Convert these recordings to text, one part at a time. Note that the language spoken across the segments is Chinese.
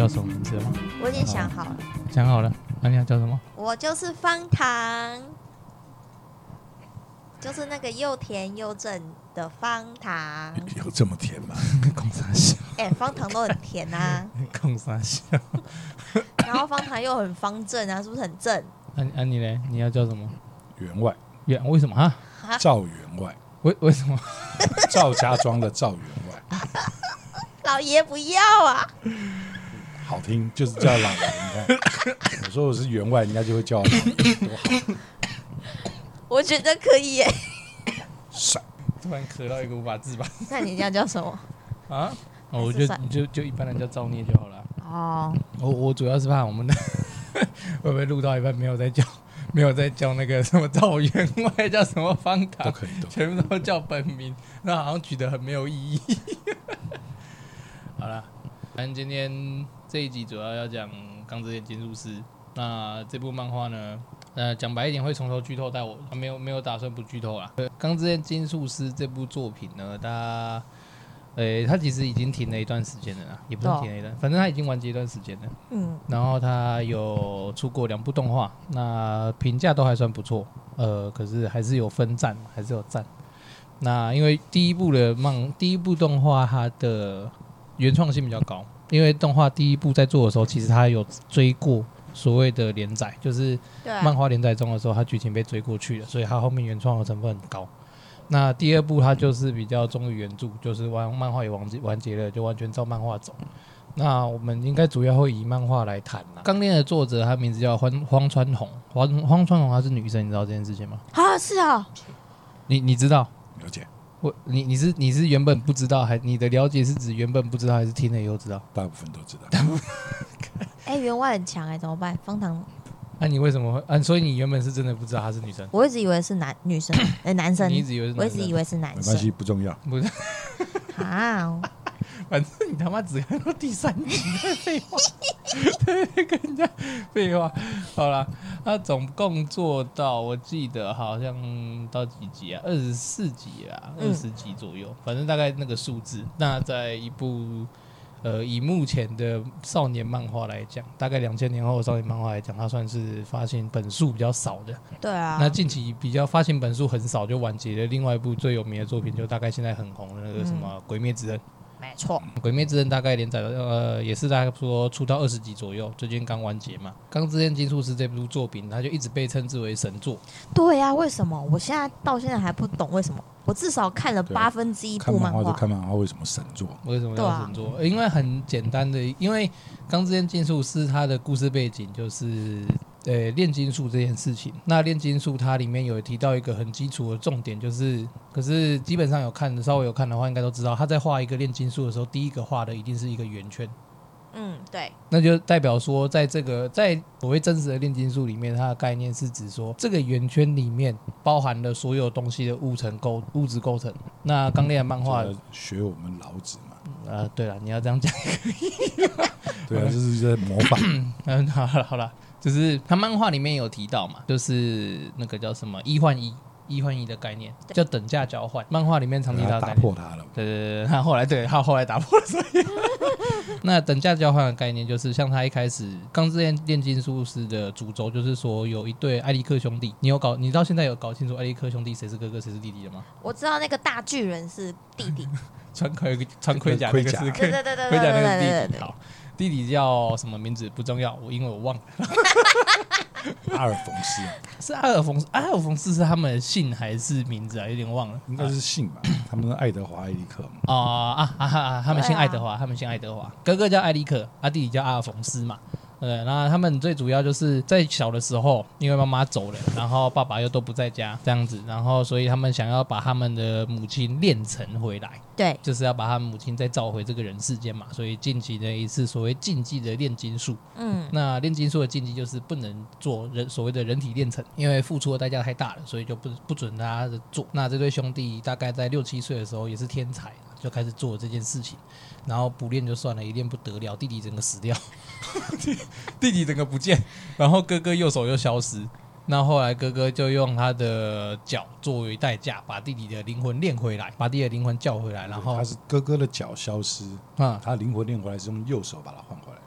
叫什么名字了吗？ 我已经想好了。 想好了，那你要叫什么？ 我就是方糖，就是那个又甜又正的方糖。 有这么甜吗？ 公三小， 方糖都很甜啊， 公三小。 然后方糖又很方正啊，是不是很正？ 你呢？你要叫什么？ 员外， 为什么啊？ 赵员外， 为什么？ 赵家庄的赵员外， 老爷不要啊！ 好听，就是叫老爷。你看，我说我是员外，人家就会叫我老爷，多好， 我觉得可以耶。 帅。 突然咳到一个无法自拔那你要叫什么？ 啊！我就一般人叫造孽就好了。 哦， 我主要是怕我们的会不会录到一半没有在叫那个什么赵员外，叫什么方糖， 都可以， 全部都叫本名，那好像取得很没有意义。好了，反正今天这一集主要讲《钢之炼金术师》。那这部漫画呢，讲白一点会从头剧透，但我没有打算不剧透啦。《钢之炼金术师》这部作品呢，它其实已经停了一段时间了啦，也不是停了一段，反正它已经完结一段时间了。然后它有出过2部动画，那评价都还算不错。可是还是有分赞，还是有赞。那因为第一部动画它的原创性比较高，因为动画第一部在做的时候，其实它有追过所谓的连载，就是漫画连载中的时候，它剧情被追过去了，所以它后面原创的成分很高。那第二部它就是比较忠于原著，就是漫画也完结了，就完全照漫画走。那我们应该主要会以漫画来谈啦。钢炼的作者他名字叫荒川弘，荒川弘她是女生，你知道这件事情吗？ 啊，是啊， 你知道？ 了解。 你是原本不知道，还你的了解是指原本不知道，还是听了以后知道？ 大部分都知道。 员外很强怎么办？方糖。 你为什么会？所以你原本是真的不知道她是女生？ 我一直以为是女生，男生。 你一直以为是男生？ 我一直以为是男生。 没关系，不重要。 不是。 啊。 反正你他妈只看到第3集在废话，对，跟人家废话。好啦，他总共做到，我记得好像到几集啊？24集啦，20集左右，反正大概那个数字。那在一部以目前的少年漫画来讲，大概2000年后的少年漫画来讲，它算是发行本数比较少的。 对啊。 那近期比较发行本数很少就完结了。另外一部最有名的作品，就大概现在很红的那个什么《鬼灭之刃》。 没错， 鬼灭之刃大概连载也是大概说出到20集左右，最近刚完结嘛。《钢之炼金术师》这部作品，它就一直被称之为神作。 对啊，为什么？我到现在还不懂为什么。我至少看了1/8部漫画。 看漫画为什么神作？ 为什么叫神作？因为很简单的，因为《钢之炼金术师》它的故事背景就是炼金术这件事情。那炼金术它里面有提到一个很基础的重点，可是基本上稍微有看的话，应该都知道，他在画一个炼金术的时候，第一个画的一定是一个圆圈。 对。 那就代表说，在所谓真实的炼金术里面，它的概念是指说，这个圆圈里面包含了所有东西的物质构成。那钢炼的漫画学我们老子嘛。 对了，你要这样讲也可以。 对啊，就是在模仿。 好了，就是他漫画里面有提到嘛，就是那个叫什么1换1的概念，叫等价交换。漫画里面常提到的概念， 打破它了。 对，他后来打破了。所以那等价交换的概念，就是像他一开始《钢之炼金术师》的主轴，就是说有一对艾利克兄弟。你到现在有搞清楚艾利克兄弟谁是哥哥谁是弟弟的吗？ 我知道那个大巨人是弟弟， 穿盔甲那个是盔甲那个是弟弟。好，弟弟叫什么名字不重要，因为我忘了。 阿尔冯斯是阿尔冯斯是他们的姓还是名字啊？有点忘了， 应该是姓吧？他们是爱德华·艾利克嘛。 他们姓爱德华，哥哥叫艾利克，弟弟叫阿尔冯斯嘛。那他们最主要就是在小的时候，因为妈妈走了，然后爸爸又都不在家这样子，然后所以他们想要把他们的母亲炼成回来， 对， 就是要把他们母亲再召回这个人世间嘛，所以进行了一次所谓禁忌的炼金术。那炼金术的禁忌就是不能做所谓的人体炼成，因为付出的代价太大了，所以就不准他做。那这对兄弟大概在6、7岁的时候也是天才，就开始做这件事情，然后不练就算了，一练不得了，弟弟整个死掉。弟弟整个不见，然后哥哥右手又消失。那后来哥哥就用他的脚作为代价，把弟弟的灵魂练回来，把弟弟的灵魂叫回来。然后他是哥哥的脚消失，他灵魂练回来是用右手把它换回来。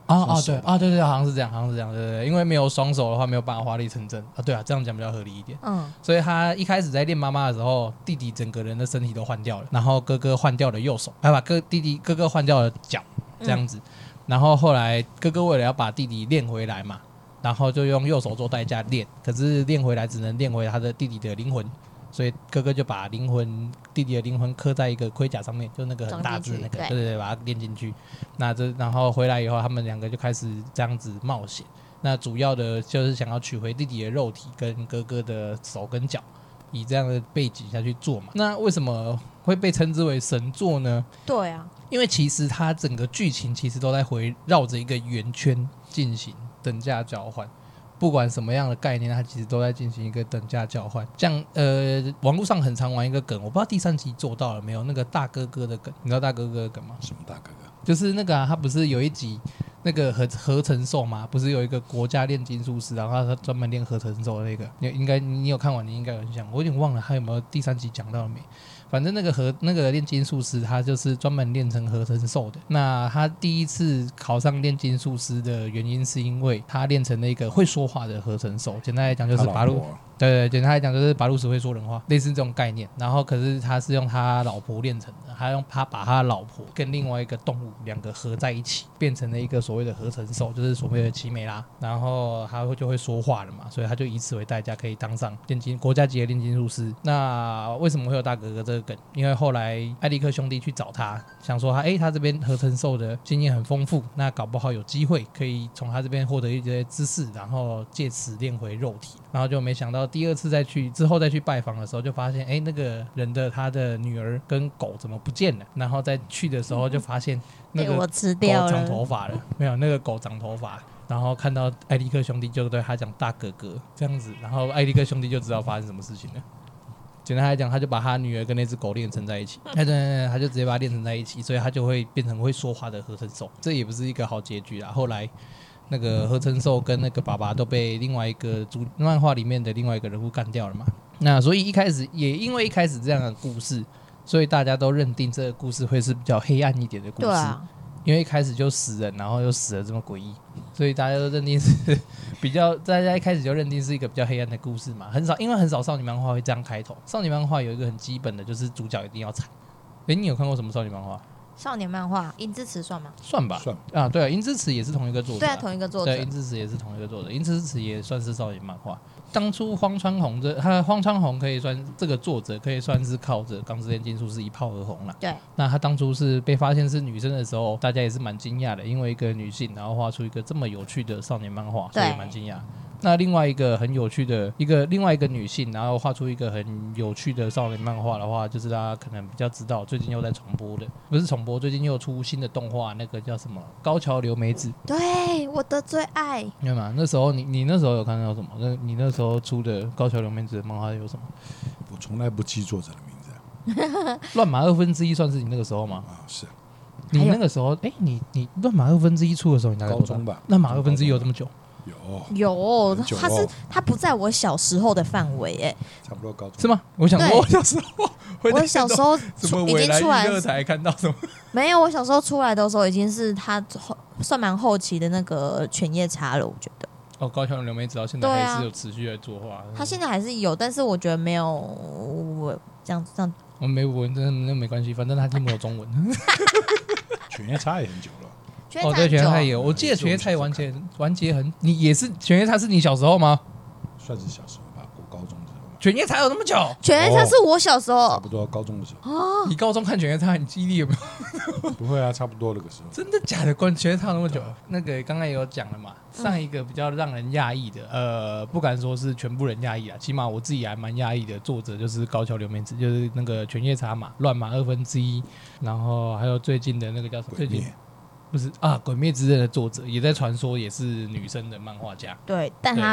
对，好像是这样，对，因为没有双手的话，没有办法华丽成真啊，对啊，这样讲比较合理一点。所以他一开始在练妈妈的时候，弟弟整个人的身体都换掉了，然后哥哥换掉了右手，还把哥哥换掉了脚，这样子。然后后来哥哥为了要把弟弟练回来嘛，然后就用右手做代价练，可是练回来只能练回他的弟弟的灵魂。所以哥哥就把弟弟的灵魂刻在一个盔甲上面，就那个很大只那个，对，把它练进去。然后回来以后，他们两个就开始这样子冒险。那主要的就是想要取回弟弟的肉体跟哥哥的手跟脚，以这样的背景下去做嘛。那为什么会被称之为神作呢？ 对啊， 因为其实它整个剧情其实都在围绕着一个圆圈进行等价交换。不管什么样的概念，它其实都在进行一个等价交换。像网络上很常玩一个梗，我不知道第3集做到了没有，那个大哥哥的梗，你知道大哥哥的梗吗？ 什么大哥哥？ 就是那个他不是有一集那个合成兽吗？不是有一个国家炼金术师，然后他专门练合成兽的那个，你有看完，你应该有印象。我有点忘了他有没有第3集讲到了没。反正那个炼金术师，他就是专门练成合成兽的。那他第一次考上炼金术师的原因，是因为他练成了一个会说话的合成兽。简单来讲，就是巴鲁。对，简单来讲就是巴鲁斯会说人话，类似这种概念。然后可是他是用他老婆练成的，他把他老婆跟另外一个动物两个合在一起，变成了一个所谓的合成兽，就是所谓的奇美拉。然后他就会说话了嘛，所以他就以此为代价可以当上国家级的炼金术师。那为什么会有大哥哥这个梗？因为后来艾利克兄弟去找他，想说他这边合成兽的经验很丰富，那搞不好有机会可以从他这边获得一些知识，然后借此练回肉体。然后就没想到第2次之后再去拜访的时候，就发现那个人他的女儿跟狗怎么不见了？然后再去的时候就发现那个狗长头发了，没有，那个狗长头发。然后看到艾利克兄弟就对他讲大哥哥这样子，然后艾利克兄弟就知道发生什么事情了。简单来讲，他就把他女儿跟那只狗练成在一起，他就直接把它练成在一起，所以他就会变成会说话的合成兽。这也不是一个好结局啦。后来那个合成兽跟那个爸爸都被另外一个漫画里面的另外一个人物干掉了嘛。那所以因为一开始这样的故事，所以大家都认定这个故事会是比较黑暗一点的故事。对啊，因为一开始就死人，然后又死了这么诡异，所以大家都认定是大家一开始就认定是一个比较黑暗的故事嘛。因为很少少女漫画会这样开头。少女漫画有一个很基本的，就是主角一定要惨。你有看过什么少女漫画？ 少年漫画，樱之匙算吗？ 算吧，啊，对啊，樱之匙也是同一个作者。 对啊，同一个作者。 对，樱之匙也是同一个作者，樱之匙也算是少年漫画。当初荒川弘可以算这个作者可以算是靠着《钢之炼金术师》一炮而红了。 对， 那他当初是被发现是女生的时候，大家也是蛮惊讶的，因为一个女性然后画出一个这么有趣的少年漫画，所以蛮惊讶。那另外一个很有趣的另外一个女性，然后画出一个很有趣的少年漫画的话，就是大家可能比较知道，最近又在重播的，不是重播，最近又出新的动画，那个叫什么《高桥留美子》。 对，我的最爱。 对吗？那时候你那时候有看到什么？你那时候出的高桥留美子的漫画有什么？ 我从来不记作者的名字。 乱马1/2算是你那个时候吗？ 啊，是。 你那个时候，你乱马1/2出的时候，你大概高中吧？ 乱马1/2有这么久？ 有，他不在我小时候的范围差不多高中是吗？我想说，我小时候已经出来才看到什么？ 没有，我小时候出来的时候已经是他算蛮后期的那个犬夜叉了，我觉得。 高桥留美子到现在还是有持续在作画。 他现在还是有，但是我觉得没有我这样。 我没文，那没关系，反正他听不懂中文。 犬夜叉也很久了。 对，犬夜叉也有，我记得犬夜叉也完结很，你也是犬夜叉是你小时候吗？ 算是小时候吧，我高中的时候。 犬夜叉有那么久？ 犬夜叉是我小时候， 差不多高中的时候。 你高中看犬夜叉，你记忆力有没有？不会啊，差不多那个时候。 真的假的？犬夜叉那么久？那个刚才也有讲了嘛，上一个比较让人讶异的，不敢说是全部人讶异啊，起码我自己还蛮讶异的作者就是高桥留美子，就是那个犬夜叉嘛，乱马1/2，然后还有最近的那个叫什么？最近。不是啊，《鬼灭之刃》的作者也在传说也是女生的漫画家。 对，但她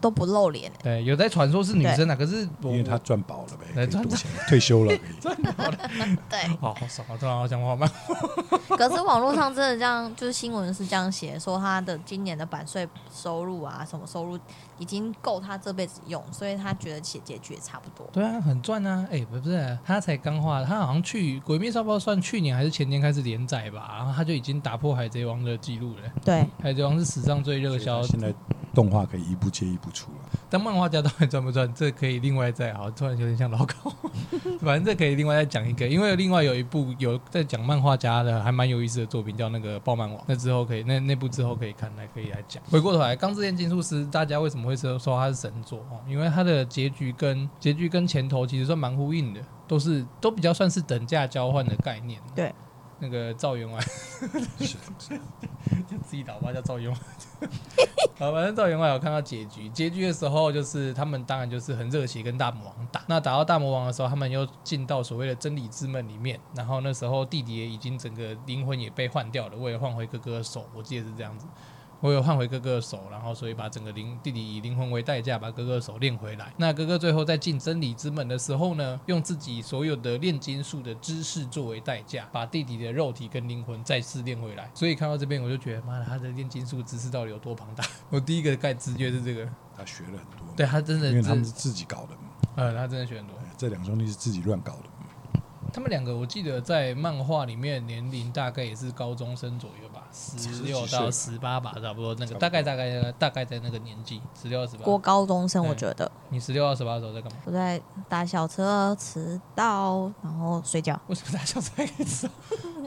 都不露脸。 对，有在传说是女生啊，可是因为他赚饱了呗，可以赚多钱，退休了可以。 赚饱了， 对， 好爽啊！突然好想画漫画。 可是网络上真的这样，就是新闻是这样写，说他的今年的版税收入啊，什么收入已经够他这辈子用，所以他觉得写结局也差不多。 对啊，很赚啊！不是、啊，他才刚画，他好像《鬼灭》不知道算去年还是前年开始连载吧，然后他就已经打破《海贼王》的记录了。 对， 《海贼王》是史上最热销。 现在动画可以一部接一部出了。 当漫画家到底赚不赚？这可以另外再好，突然有点像老高。反正这可以另外再讲一个，因为另外有一部有在讲漫画家的，还蛮有意思的作品，叫那个《爆漫王》。那之后可以，那部之后可以看，可以来讲。回过头来，《钢之炼金术师》，大家为什么会说它是神作？因为它的结局跟前头其实算蛮呼应的，都比较算是等价交换的概念。 对。 那个赵员外，就自己老爸叫赵员外。好，反正赵员外有看到结局的时候，就是他们当然就是很热血跟大魔王打。那打到大魔王的时候，他们又进到所谓的真理之门里面，然后那时候弟弟也已经整个灵魂也被换掉了，为了换回哥哥的手，我记得是这样子。我有换回哥哥的手，然后所以把整个弟弟以灵魂为代价把哥哥的手练回来。那哥哥最后在进真理之门的时候呢，用自己所有的炼金术的知识作为代价，把弟弟的肉体跟灵魂再次练回来。所以看到这边我就觉得，妈的，他的炼金术知识到底有多庞大？我第一个直觉是这个， 他学了很多， 对他真的， 因为他们是自己搞的嘛， 他真的学很多。 这两兄弟是自己乱搞的。 他们两个我记得在漫画里面年龄大概也是高中生左右吧，16到18吧，差不多那个大概在那个年纪，16到18。 国高中生，我觉得。 你16到18的时候在干嘛？ 我在搭小车迟到，然后睡觉。 为什么搭小车还可以迟到？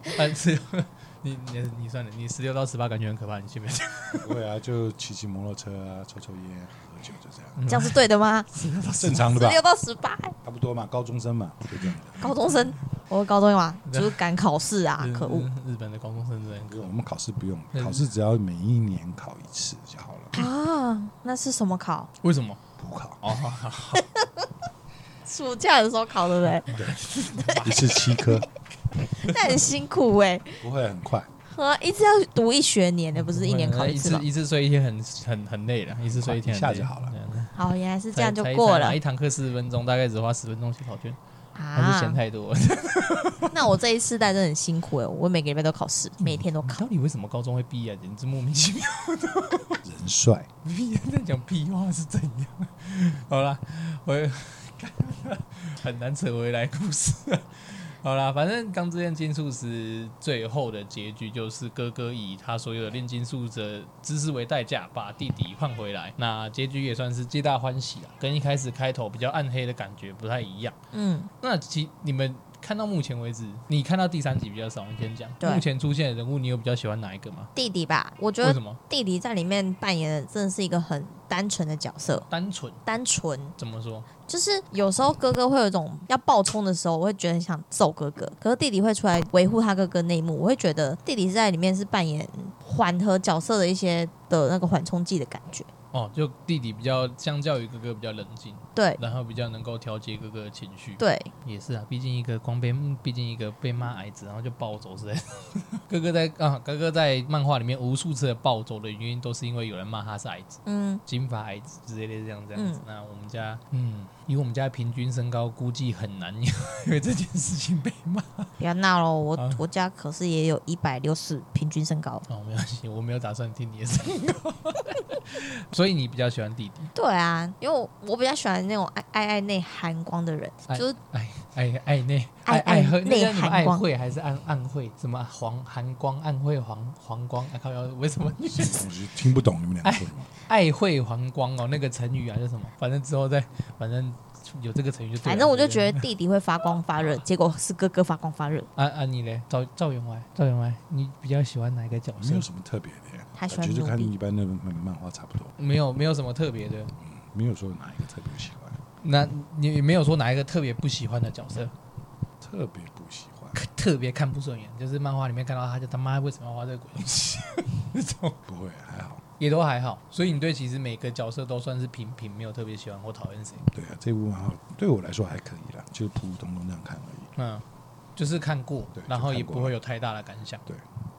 你算了，你16到18感觉很可怕，你先别讲。 不会啊，就骑摩托车啊，抽烟，喝酒，就这样。 这样是对的吗？ 正常的吧 ？16到18， 差不多嘛，高中生嘛，就这样的。 高中生，我高中嘛，就是赶考试啊，可恶！ 日本的高中生真的很可恶。 我们考试不用，考试只要每一年考一次就好了。 啊，那是什么考？ 为什么？ 补考。 哦，好。 暑假的时候考，对不对？ 对，一次7科。 那很辛苦哎。 不会很快。 一次要读1学年的，不是1年考一次吗？ 一次睡一天很累了，一次睡一天一下就好了。 好，原来是这样就过了。 一堂课40分钟，大概只花10分钟写考卷，还是嫌太多。 那我这一世代真的很辛苦哎，我每个礼拜都考试，每天都考。 到底为什么高中会毕业？简直莫名其妙的。 人帅。 你在讲屁话是怎样？好啦，我很难扯回来故事。好啦，反正《钢之炼金术师》最后的结局就是哥哥以他所有的炼金术的知识为代价，把弟弟换回来。那结局也算是皆大欢喜啦，跟一开始开头比较暗黑的感觉不太一样。那你们看到目前为止，你看到第3集比较少，你先讲。目前出现的人物，你有比较喜欢哪一个吗？ 弟弟吧，我觉得弟弟在里面扮演的真的是一个很单纯的角色。单纯怎么说？ 就是有时候哥哥会有一种要爆冲的时候，我会觉得很想揍哥哥，可是弟弟会出来维护他哥哥那一幕，我会觉得弟弟是在里面是扮演缓和角色的一些的那个缓冲剂的感觉。 就弟弟比较相较于哥哥比较冷静， 对， 然后比较能够调节哥哥的情绪， 对， 也是啊，毕竟一个被骂矮子，然后就暴走之类的。哥哥在漫画里面无数次的暴走的原因，都是因为有人骂他是矮子，金发矮子之类的这样子。那我们家，以我们家平均身高，估计很难因为这件事情被骂。 不要闹了，我家可是也有160平均身高。 没关系，我没有打算听你的身高。所以你比较喜欢弟弟？ 对啊，因为我比较喜欢那种爱内含光的人，就是爱内含光会还是暗会？什么含光暗会黄光？靠腰为什么？ 我听不懂你们两个说什么。 爱会黄光那个成语啊是什么？反正之后反正有这个成语就对了。 反正我就觉得弟弟会发光发热，结果是哥哥发光发热。 你嘞？赵员外，你比较喜欢哪一个角色？ 没有什么特别的。 他喜欢就看一般的漫画差不多， 没有什么特别的， 没有说哪一个特别喜欢。 那你没有说哪一个特别不喜欢的角色？ 特别不喜欢， 特别看不顺眼，就是漫画里面看到他就他妈为什么要画这个鬼东西？那种不会，还好， 也都还好。所以你对其实每个角色都算是平，没有特别喜欢或讨厌谁。 对啊，这部漫画对我来说还可以啦，就是普普通通这样看而已。 就是看过，然后也不会有太大的感想。 对。不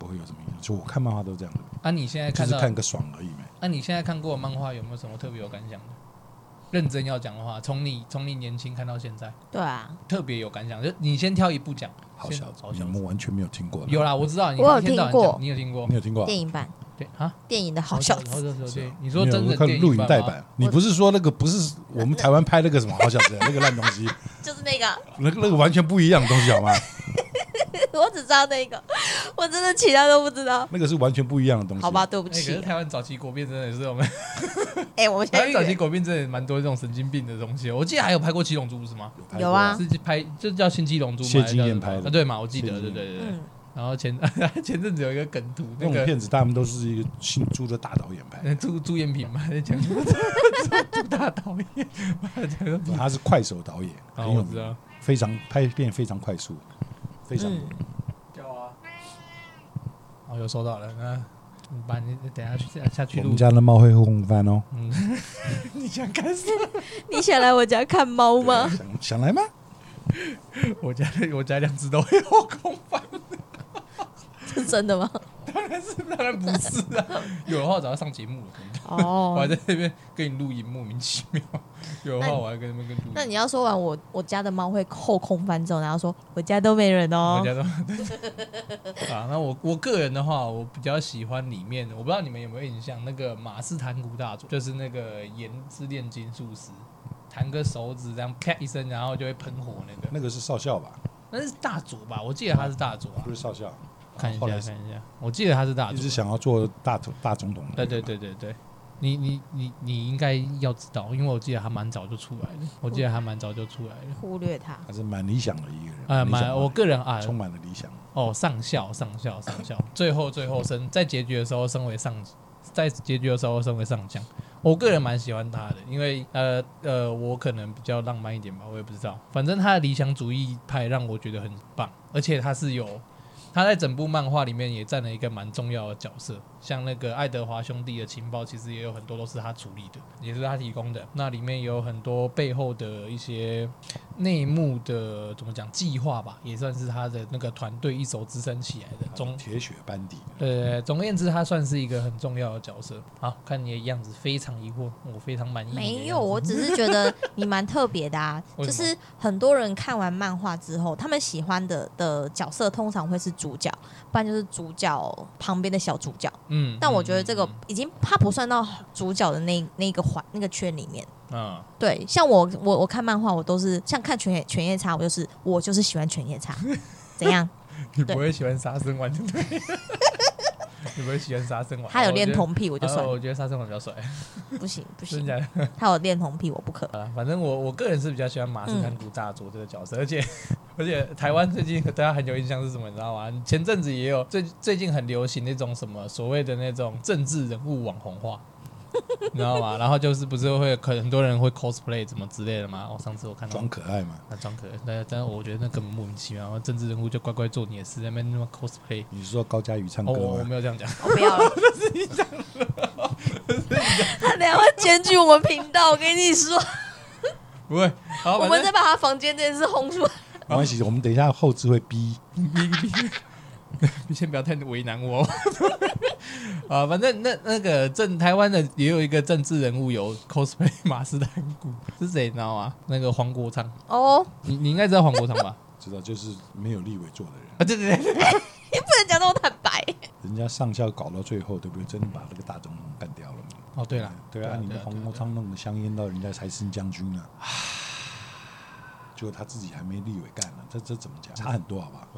会有什么影响。就我看漫画都这样的， 啊，你现在看到， 就是看个爽而已没。 那你现在看过的漫画有没有什么特别有感想的？认真要讲的话，从你年轻看到现在， 对啊， 特别有感想，就你先挑一部讲。 好小子，你们完全没有听过的。 有啦，我知道， 我有听过， 你有听过？ 你有听过电影版？ 对啊， 电影的好小子。 对，你说真的看录影带版版？你不是说那个不是我们台湾拍那个什么好小子那个烂东西？ 就是那个， 那个完全不一样的东西好吗？ 我只知道那个，我真的其他都不知道。 那个是完全不一样的东西。 好吧，对不可是起。 台湾早期国片真的是我们， 我们现在台湾早期国片真的蛮多这种神经病的东西。我记得还有拍过《七龙珠》是吗？ 有啊， 是拍就叫《新七龙珠》吗？ 谢金燕拍的， 对嘛？我记得，对。然后前阵子有一个梗图， 那种片子他们都是一个姓朱的大导演拍， 朱延平嘛，在讲朱大导演， 他是快手导演，很有名，非常拍片非常快速，非常。 叫啊！哦，有收到了，那你等下去录。 我们家的猫会轰翻哦。 你想干什么？ 你想来我家看猫吗？ 想来吗？ 我家2只都会后空翻。 是真的吗？ 当然不是啊！有的话早要上节目了。 哦， 我还在那边跟你录音，莫名其妙。有的话我还跟那边录音。 那你要说完我家的猫会后空翻之后，然后说我家都没人哦。 我家都啊，那我个人的话，我比较喜欢里面，我不知道你们有没有印象，那个马斯坦古大佐，就是那个盐之炼金术师，弹个手指这样啪一声，然后就会喷火那个。 那个是少校吧？ 那是大佐吧？我记得他是大佐啊。 不是少校。 看一下，我记得他是大佐， 一直想要做大总统。 对，你应该要知道，因为我记得他蛮早就出来了。 忽略他， 还是蛮理想的一个人。 我个人充满了理想。 哦，上校，最后在结局的时候升为上将。我个人蛮喜欢他的，因为我可能比较浪漫一点吧，我也不知道，反正他的理想主义派让我觉得很棒，而且他在整部漫画里面也占了一个蛮重要的角色，像那个爱德华兄弟的情报，其实也有很多都是他处理的，也是他提供的。那里面有很多背后的一些内幕的怎么讲计划吧，也算是他的那个团队一手支撑起来的。 铁血班底。 总而言之，他算是一个很重要的角色。好，看你的样子非常疑惑，我非常满意。 没有，我只是觉得你蛮特别的啊。就是很多人看完漫画之后，他们喜欢的角色通常会是主角，不然就是主角旁边的小主角。但我觉得这个已经他不算到主角的那个圈里面。对，像我看漫画，我都是像看犬夜叉，我就是喜欢犬夜叉，怎样？ 你不会喜欢杀生丸，对不对？你不会喜欢杀生丸？ 他有恋童癖，我就算了。 我觉得杀生丸比较帅。 不行， 真的， 他有恋童癖，我不可。 反正我个人是比较喜欢马斯坦古大佐这个角色，而且台湾最近大家很有印象是什么，你知道吗？前阵子也有最近很流行那种什么所谓的那种政治人物网红化。你知道吗？然后就是不是会很多人会 cosplay 怎么之类的吗？上次我看到装可爱嘛， 装可爱，但我觉得那根本莫名其妙。政治人物就乖乖做你的事，在那边那么 cosplay。 你是说高嘉瑜唱歌吗？ 我没有这样讲， 我不要了。 这是你讲的， 他等下会检举我们频道，我跟你说。 不会，好， 我们再把他房间这件事轰出来。 没关系，我们等一下后置会逼。 你先不要太为难我。反正那个台湾的也有一个政治人物有 cosplay 马斯坦古，是谁你知道吗？那个黄国昌。哦，你应该知道黄国昌吧？ 知道，就是没有立委做的人啊。对， 你不能讲那么坦白。 人家上校搞到最后，对不对？真的把那个大总统干掉了嘛？ 哦，对了， 对啊，你的黄国昌弄得香烟到人家才升将军啊。结果他自己还没立委干呢，这怎么讲？差很多，好不好？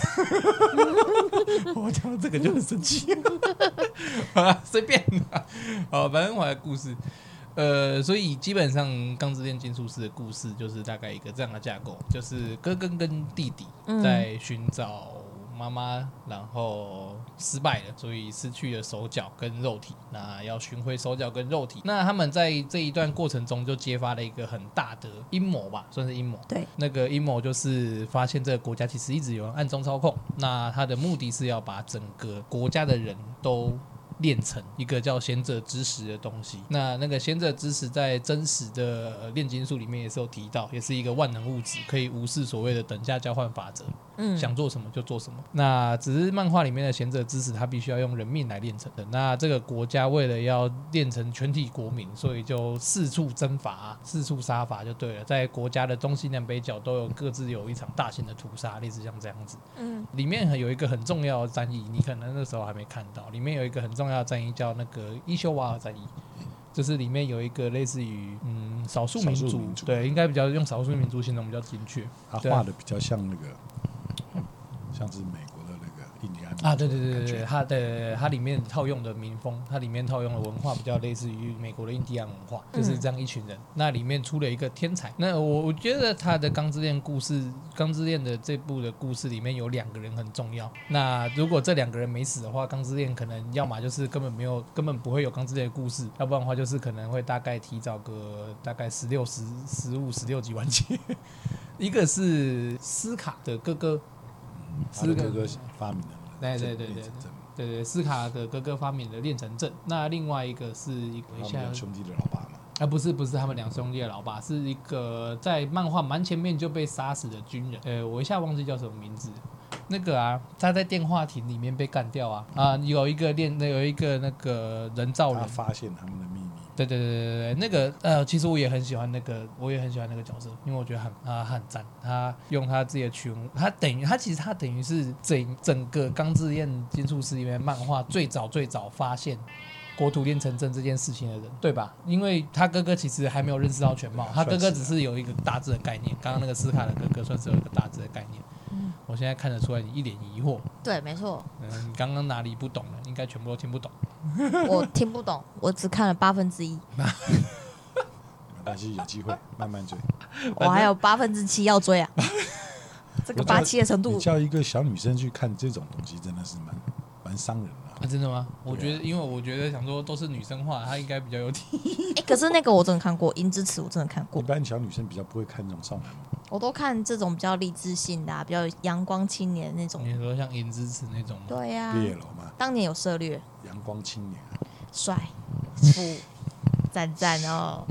我讲到这个就很生气。随便啦。好，反正我的故事，所以基本上《钢之炼金术师》的故事就是大概一个这样的架构，就是哥哥跟弟弟在寻找妈妈，然后失败了，所以失去了手脚跟肉体。那要寻回手脚跟肉体，那他们在这一段过程中就揭发了一个很大的阴谋吧，算是阴谋。 对， 那个阴谋就是发现这个国家其实一直有人暗中操控，那他的目的是要把整个国家的人都炼成一个叫贤者之石的东西。那个贤者之石在真实的炼金术里面也是有提到，也是一个万能物质，可以无视所谓的等价交换法则，想做什么就做什么。那只是漫画里面的贤者之石，它必须要用人命来炼成的。那这个国家为了要炼成全体国民，所以就四处征伐、四处杀伐就对了。在国家的东西南北角都有各自有一场大型的屠杀，类似像这样子。里面有一个很重要的战役，你可能那时候还没看到。里面有一个很重要的战役叫那个伊修瓦尔战役，就是里面有一个类似于少数民族，对，应该比较用少数民族形容比较精确。 他画的比较像那个，像是美国的那个印第安啊，对，它里面套用的民风，它里面套用的文化比较类似于美国的印第安文化，就是这样一群人。那里面出了一个天才，那我觉得他的《钢之炼》故事，《钢之炼》的这部的故事里面有2个人很重要。那如果这2个人没死的话，《钢之炼》可能要么就是根本不会有《钢之炼》的故事，要不然的话就是可能会大概提早个大概16、15、16集完结。一个是斯卡的哥哥。 他的哥哥发明的， 对，斯卡的哥哥发明的炼成阵。那另外一个是一个他们两兄弟的老爸嘛？ 不是他们2兄弟的老爸，是一个在漫画蛮前面就被杀死的军人。我一下忘记叫什么名字。那个啊，他在电话亭里面被干掉啊，有一个那个人造人， 他发现他们的秘密。 对，那个其实我也很喜欢那个角色，因为我觉得他很赞。他用他自己的驱蚊，他其实等于是整个钢之炼金术师里面漫画最早发现国土炼成阵这件事情的人，对吧？因为他哥哥其实还没有认识到全貌，他哥哥只是有一个大致的概念。刚刚那个斯卡的哥哥算是有一个大致的概念。我现在看得出来你一脸疑惑。 对，没错。 你刚刚哪里不懂了？应该全部都听不懂。 我听不懂，我只看了1/8。 没关系，有机会慢慢追。 我还有7/8要追啊！这个87的程度， 你叫一个小女生去看这种东西，真的是蛮伤人的。 真的吗？我觉得，因为我觉得想说都是女生画，她应该比较有体。 可是那个我真的看过，《银之匙》我真的看过。 一般小女生比较不会看这种少男。 我都看这种比较励志性的，比较阳光青年那种。 你说像《银之匙》那种吗？ 对呀。 BL 嘛， 当年有涉猎。 阳光青年， 帅，富，赞哦。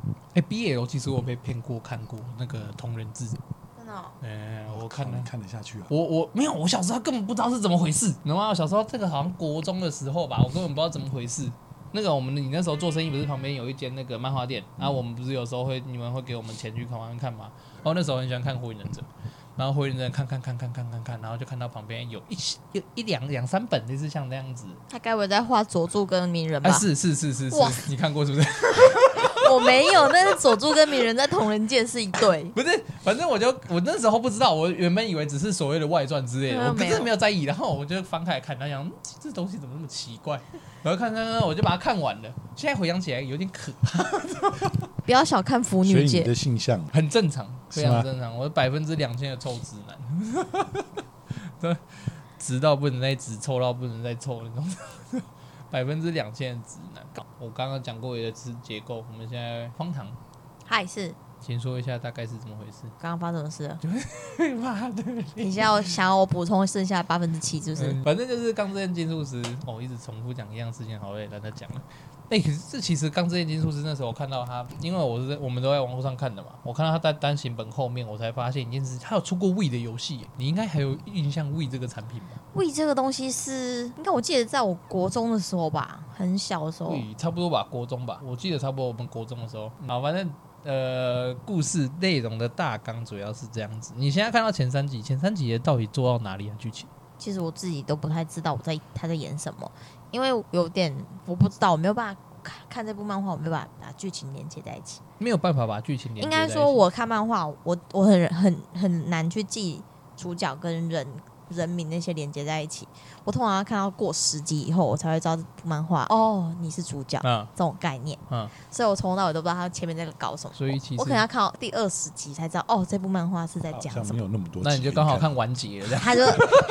BL 其实我被骗过看过那个同人志。 真的哦。 我看得下去啊。 我没有，我小时候根本不知道是怎么回事。然后小时候这个好像国中的时候吧，我根本不知道怎么回事。那个你那时候做生意不是旁边有一间那个漫画店，然后我们不是有时候你们会给我们钱去旁边看吗？然后那时候很喜欢看《火影忍者》，然后《火影忍者》看，然后就看到旁边有两三本类似像那样子。 他该不会在画佐助跟鸣人吧？ 是，你看过是不是？ 我没有，但是佐助跟鸣人在同人界是一对。 不是，反正我那时候不知道，我原本以为只是所谓的外传之类的，我真的没有在意。然后我就翻开来看，然后想这东西怎么那么奇怪，然后看，我就把它看完了。现在回想起来有点可怕。 不要小看腐女界， 所以你的性向很正常，非常正常。我2000%的臭直男，对，直到不能再直，臭到不能再臭那种。2000%的直男，我刚刚讲过也是结构，我们现在荒唐， 还是， 请说一下大概是怎么回事？ 刚刚发生什么事了？ 妈的！ 你现在想要我补充剩下7%，是不是？ 反正就是《钢之炼金术师》一直重复讲一样事情，好累，懒得讲了。可是这其实《钢之炼金术师》那时候我看到他，因为我们都在网络上看的嘛，我看到他在单行本后面，我才发现一件事，他有出过 Wii 的游戏，你应该还有印象 Wii 这个产品吧 ？Wii 这个东西是，应该我记得在我国中的时候吧，很小的时候。 Wii 差不多吧，国中吧，我记得差不多我们国中的时候。好，反正故事内容的大纲主要是这样子。你现在看到前三集到底做到哪里啊？剧情？ 其实我自己都不太知道他在演什么，因为有点我不知道，我没有办法看这部漫画，我没有办法把剧情连接在一起。 没有办法把剧情连接在一起。 应该说，我看漫画，我很难去记主角跟人名那些连接在一起。我通常要看到过10集以后，我才会知道这部漫画你是主角，这种概念。所以我从头到尾都不知道他前面在搞什么。 所以其实我可能要看到第20集才知道，这部漫画是在讲什么。 好像没有那么多集， 那你就刚好看完结了。 他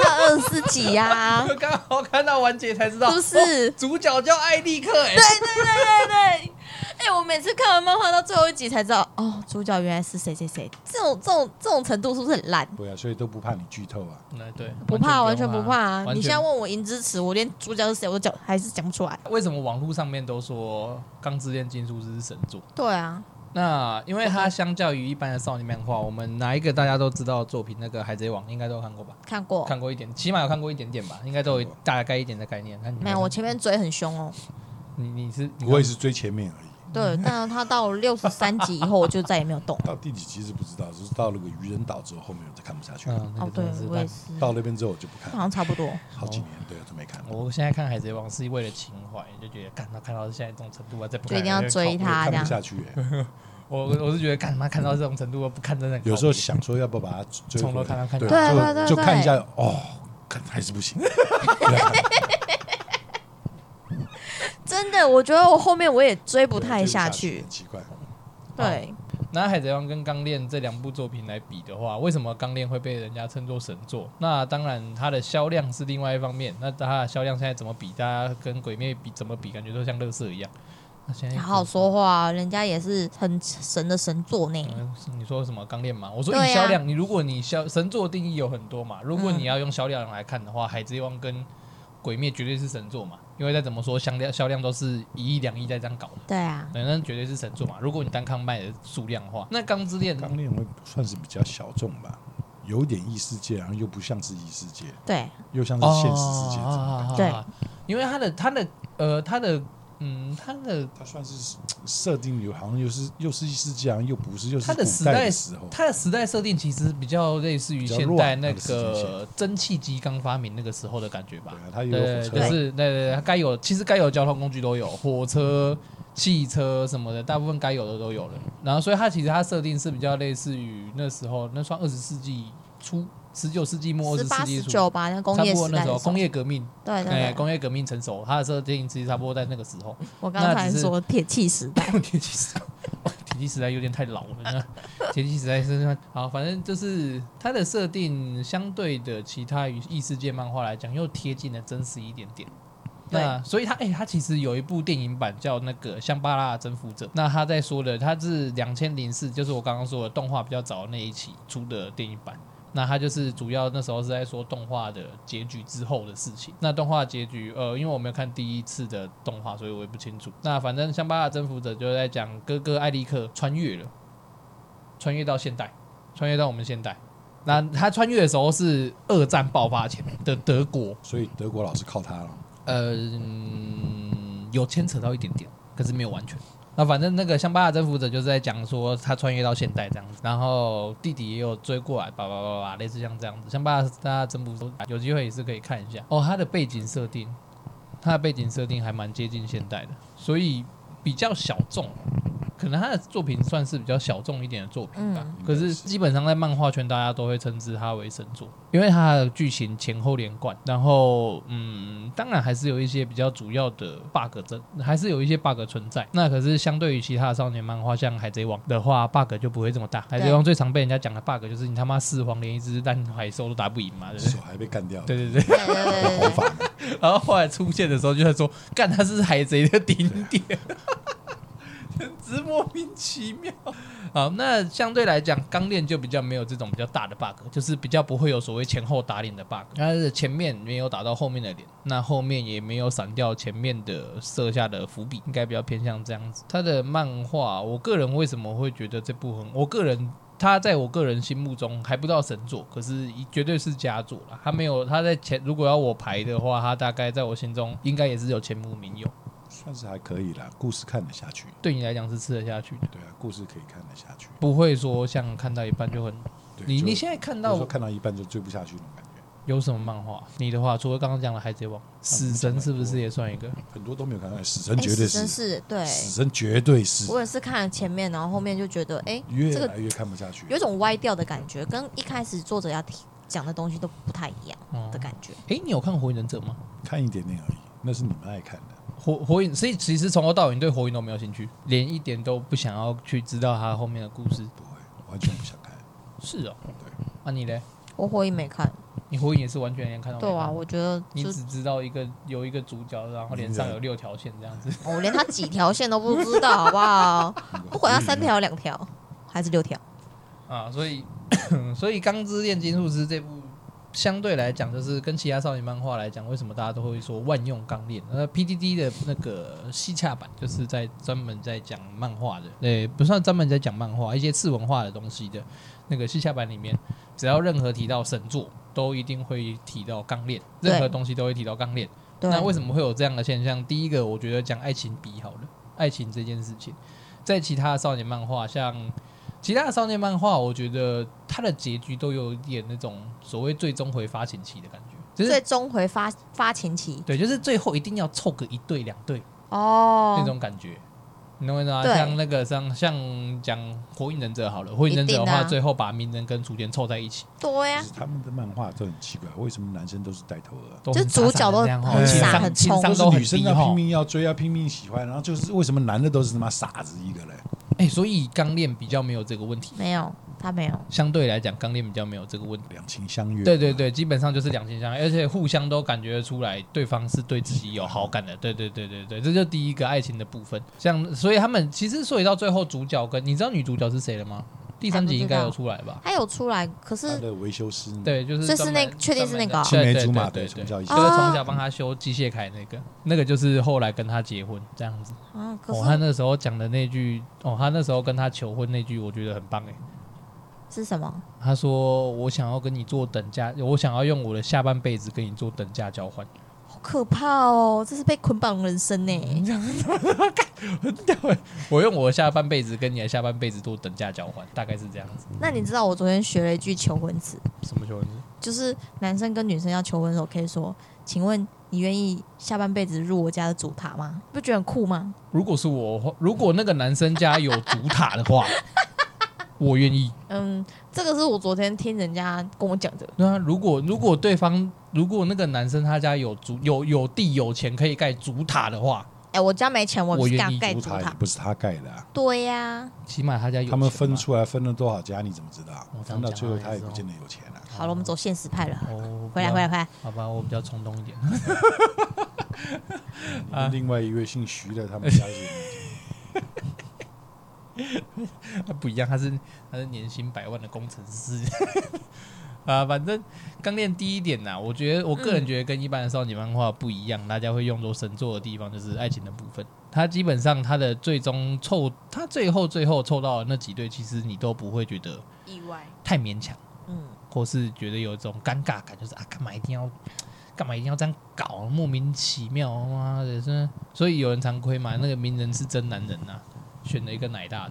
24集呀， 刚好看到完结才知道， 是不是？ 主角叫艾利克。 对。 我每次看完漫画到最后一集才知道，哦，主角原来是谁谁谁。这种程度是不是很烂？ 对啊，所以都不怕你剧透啊。 对， 不怕，完全不怕啊！ 完全你现在问我银之匙，我连主角是谁我都还是讲不出来。 为什么网络上面都说《钢之炼金术师》是神作？ 对啊， 那因为它相较于一般的少年漫画，我们哪一个大家都知道的作品，那个《海贼王》应该都有看过吧？看过一点，起码有看过一点点吧，应该都有大概一点的概念。 没有，我前面追很凶哦。 你我也是追前面而已。 对，但是他到63集以后，我就再也没有动。 到第几集是不知道，就是到那个渔人岛之后，后面我就看不下去了。 哦，对，我也是。 到那边之后我就不看了， 好像差不多。 好几年，对，都没看。 我现在看《海贼王》是为了情怀，就觉得看到现在这种程度啊，再不看就一定要追他这样。 看不下去我是觉得看到这种程度不看真的有时候想说要不要把它追从头看， 对，就看一下哦，看还是不行。 真的，我觉得我后面我也追不太下去， 很奇怪。 对， 拿《海贼王》跟《钢炼》这两部作品来比的话，为什么《钢炼》会被人家称作神作？那当然，它的销量是另外一方面。那它的销量现在怎么比？大家跟《鬼灭》比怎么比？感觉都像垃圾一样。那现在好好说话，人家也是很神的神作呢。 你说什么《钢炼》嘛？我说以销量，如果你神作定义有很多嘛，如果你要用销量来看的话，海贼王》跟《鬼灭》绝对是神作嘛。因为再怎么说，销量都是1亿2亿在这样搞的。 对啊， 那绝对是神作嘛。如果你单看卖的数量的话，那《钢之炼》 会算是比较小众吧，有点异世界，然后又不像是异世界， 对， 又像是现实世界这种感觉。 对， 因为它算是设定好像又是异世界，又不是，又是它的古代的时候。 它的时代设定其实比较类似于现代那个蒸汽机刚发明那个时候的感觉吧。 对啊，它有火车， 就是对，其实该有的交通工具都有，火车、汽车什么的，大部分该有的都有了。然后，所以其实它设定是比较类似于那时候，那算20世纪初。19世纪末，20世纪初 ，18、19吧，那工业时代的时候， 工业革命， 对， 工业革命成熟，它的设定其实差不多在那个时候。 我刚才说铁器时代， 铁器时代有点太老了，铁器时代是好，反正就是它的设定相对的其他异世界漫画来讲，又贴近了真实一点点。那所以它其实有一部电影版叫那个《香巴拉的征服者》，那他在说的，它是2004，就是我刚刚说的动画比较早的那一期出的电影版。那他就是主要那时候是在说动画的结局之后的事情。那动画结局，因为我没有看第一次的动画，所以我也不清楚。那反正香巴拉征服者就是在讲哥哥艾利克穿越到现代，穿越到我们现代。那他穿越的时候是2战爆发前的德国， 所以德国老是靠他了。 有牵扯到一点点，可是没有完全。那反正那个香巴拉征服者就是在讲说他穿越到现代这样子，然后弟弟也有追过来，类似像这样子。香巴拉征服者有机会也是可以看一下哦。他的背景设定还蛮接近现代的，所以比较小众。可能他的作品算是比较小众一点的作品吧，可是基本上在漫画圈大家都会称之它为神作，因为它的剧情前后连贯，然后当然还是有一些比较主要的 bug 还是有一些 bug 存在。那可是相对于其他的少年漫画，像海贼王的话 bug 就不会这么大。海贼王最常被人家讲的 bug 就是你他妈4皇连一只烂海兽都打不赢嘛，对不对？ 手还被干掉， 对， 头发。 然后后来出现的时候就在说，干他是海贼的顶点。只是莫名其妙。好，那相对来讲，钢炼就比较没有这种比较大的 bug， 就是比较不会有所谓前后打脸的 bug。它是前面没有打到后面的脸，那后面也没有闪掉前面的设下的伏笔，应该比较偏向这样子。它的漫画，我个人为什么会觉得这部他在我个人心目中还不到神作，可是绝对是佳作啦。他在如果要我排的话，他大概在我心中应该也是有前无名有。 算是还可以啦，故事看得下去。 对你来讲是吃得下去的。 对啊，故事可以看得下去， 不会说像看到一半就很。你现在看到一半就追不下去那种感觉。 有什么漫画？你的话，除了刚刚讲的《海贼王》，死神是不是也算一个？ 很多都没有看到，死神绝对是， 对， 死神绝对是。 我也是看了前面，然后后面就觉得， 越来越看不下去， 有种歪掉的感觉，跟一开始作者要讲的东西都不太一样的感觉。 你有看《火影忍者》吗？ 看一点点而已，那是你们爱看的。 火影，所以其实从头到尾你对火影都没有兴趣，连一点都不想要去知道他后面的故事。 不会，完全不想看。 是哦， 对。 你嘞？ 我火影没看。 你火影也是完全连看都没看。 对啊，我觉得你只知道有一个主角，然后脸上有6条线这样子。 我连他几条线都不知道，好不好？不管他3条、2条还是6条啊，所以《钢之炼金术师》这部相对来讲，就是跟其他少年漫画来讲，为什么大家都会说万用钢炼？PTT 的那个西洽版就是专门在讲漫画的，对，不算专门在讲漫画，一些次文化的东西的那个西洽版里面，只要任何提到神作，都一定会提到钢炼，任何东西都会提到钢炼。那为什么会有这样的现象？第一个，我觉得讲爱情比好了，爱情这件事情，在其他的少年漫画，像其他的少年漫画，我觉得它的结局都有一点那种所谓最终回发情期的感觉，就是最终回发情期， 对，就是最后一定要凑个1对2对那种感觉。你懂我意思吗？像那个像讲火影忍者好了，火影忍者的话，最后把鸣人跟雏田凑在一起。 对呀， 他们的漫画都很奇怪，为什么男生都是带头鹅？ 就主角都很傻很冲， 都是女生要拼命要追，要拼命喜欢，然后就是为什么男的都是他妈傻子一个嘞？ 所以钢炼比较没有这个问题。 没有。他没有， 相对来讲，钢炼比较没有这个问题， 两情相悦。 对对对，基本上就是两情相悦，而且互相都感觉得出来，对方是对自己有好感的。对对对对对，这就第一个爱情的部分。所以他们其实所以到最后，主角跟你知道女主角是谁了吗？第3集应该有出来吧？ 他有出来，可是他的维修师， 对，就是这是确定是那个青梅竹马对， 从小一起， 就是从小帮他修机械铠那个就是后来跟他结婚这样子。他那时候讲的那句，他那时候跟他求婚那句，我觉得很棒是什么？ 他说：“我想要跟你做等价，我想要用我的下半辈子跟你做等价交换。” 好可怕哦！这是被捆绑人生呢。 很屌哎！我用我的下半辈子跟你的下半辈子做等价交换，大概是这样子。 那你知道我昨天学了一句求婚词？ 什么求婚词？ 就是男生跟女生要求婚的时候，可以说：“请问你愿意下半辈子入我家的主塔吗？”不觉得很酷吗？ 如果是我，如果那个男生家有主塔的话。我愿意。 这个是我昨天听人家跟我讲的。 对啊，如果那个男生他家有地有钱可以盖主塔的话， 我家没钱，我不敢盖主塔，不是他盖的啊。 对呀， 起码他家有钱。 他们分出来分了多少家，你怎么知道？分到最后他也不见得有钱啊。 好了，我们走现实派了。回来。 好吧，我比较冲动一点。 另外一位姓徐的，他们家是。 他不一样，他是年薪100万的工程师反正钢炼第一点我个人觉得跟一般的少年漫画不一样，大家会用作神作的地方就是爱情的部分。他基本上他的最后凑到的那几对，其实你都不会觉得意外， 太勉强，或是觉得有一种尴尬感，就是干嘛一定要这样搞，莫名其妙，妈的是。所以有人常亏嘛，那个鸣人是真男人选了一个奶大的。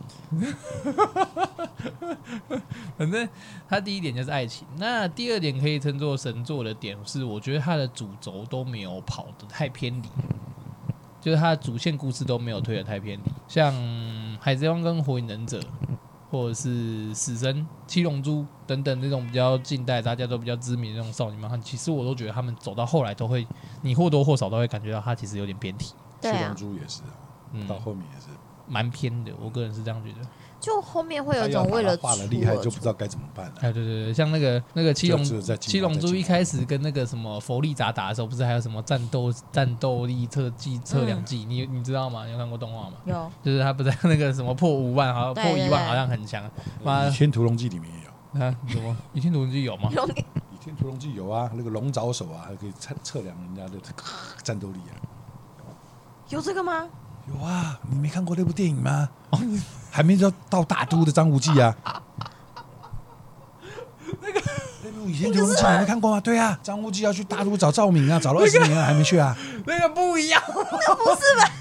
反正他第一点就是爱情，那第二点可以称作神作的点是，我觉得他的主轴都没有跑得太偏离，就是他的主线故事都没有推得太偏离，像海贼王跟火影忍者，或者是死神、七龙珠等等这种比较近代大家都比较知名的那种少年漫画，其实我都觉得他们走到后来都会，你或多或少都会感觉到他其实有点偏题。 七龙珠也是到后面也是蛮偏的，我个人是这样觉得。 就后面会有一种为了画了厉害就不知道该怎么办了。 对对对，像那个七龙珠一开始跟那个什么佛利扎打的时候，不是还有什么战斗力测量计？你知道吗？你有看过动画吗？ 有， 就是他不在那个什么破5万，好像破1万好像很强。 倚天屠龙记里面也有什么？倚天屠龙记有吗？ 倚天屠龙记有啊，那个龙爪手还可以测量人家的战斗力有这个吗？ 有啊，你没看过那部电影吗？还没到大都的张无忌啊。那部《倚天屠龙记》你没看过吗？对啊，张无忌要去大都找赵敏啊，找了20年了还没去啊。 那个不一样， 那不是吧？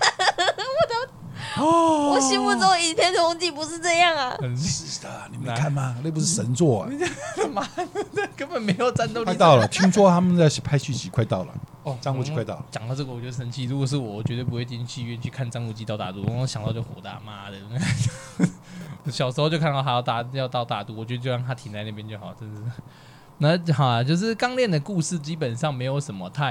我心目中《倚天屠龙记》不是这样啊。 是的，你没看吗？那不是神作妈的，根本没有战斗力。 快到了，听说他们在拍续集，快到了。张无忌快到了。 讲到这个我就生气，如果是我绝对不会进戏院去看张无忌到大都，我想到就火大，妈的！小时候就看到他要到大都，我觉得就让他停在那边就好，真是。那好啊，就是钢炼的故事基本上没有什么太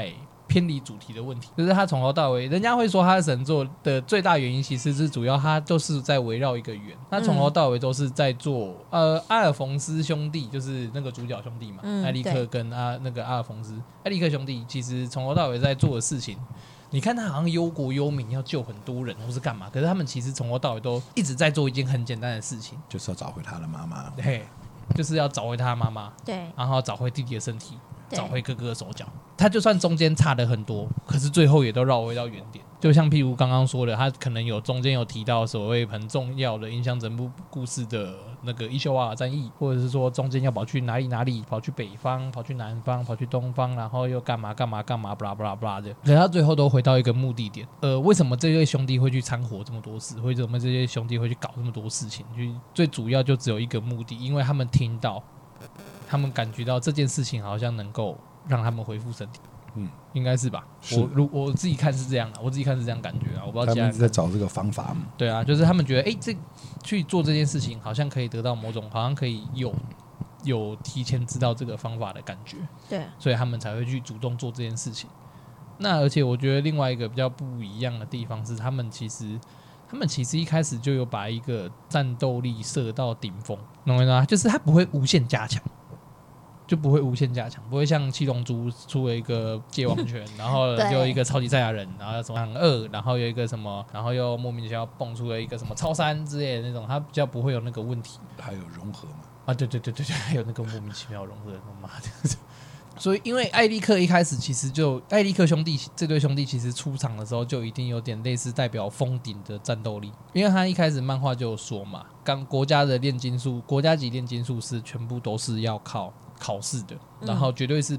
偏离主题的问题，就是他从头到尾，人家会说他的神作的最大原因其实是主要他都是在围绕一个圆，他从头到尾都是在做阿尔冯斯兄弟就是那个主角兄弟嘛，艾利克跟那个阿尔冯斯，艾利克兄弟其实从头到尾在做的事情。你看他好像忧国忧民，要救很多人或是干嘛，可是他们其实从头到尾都一直在做一件很简单的事情， 就是要找回他的妈妈。 对，就是要找回他妈妈， 对， 然后找回弟弟的身体，找回哥哥的手脚。他就算中间差的很多，可是最后也都绕回到原点。就像譬如刚刚说的，他可能中间有提到所谓很重要的影响整部故事的那个伊修瓦尔战役，或者是说中间要跑去哪里，跑去北方，跑去南方，跑去东方，然后又干嘛巴拉巴拉的。可是他最后都回到一个目的点。为什么这对兄弟会去掺和这么多事？为什么这些兄弟会去搞这么多事情？最主要就只有一个目的，因为他们听到，他们感觉到这件事情好像能够让他们恢复身体。应该是吧？我自己看是这样的，我自己看是这样感觉啊，我不知道其他人。他们一直在找这个方法嘛。 对啊，就是他们觉得，去做这件事情，好像可以得到某种，好像可以有提前知道这个方法的感觉。 对， 所以他们才会去主动做这件事情。那而且我觉得另外一个比较不一样的地方是，他们其实一开始就有把一个战斗力设到顶峰，懂我意思吗？就是他不会无限加强。就不会无限加强，不会像七龙珠出了一个界王拳，然后就一个超级赛亚人，然后什么2，然后有一个什么，然后又莫名其妙蹦出了一个什么超3之类的那种，他比较不会有那个问题。 还有融合嘛？ 啊，对，还有那个莫名其妙融合，妈的！所以，因为艾利克一开始其实艾利克兄弟这对兄弟其实出场的时候就一定有点类似代表封顶的战斗力，因为他一开始漫画就有说嘛，国家级炼金术师全部都是要靠考试的，然后绝对是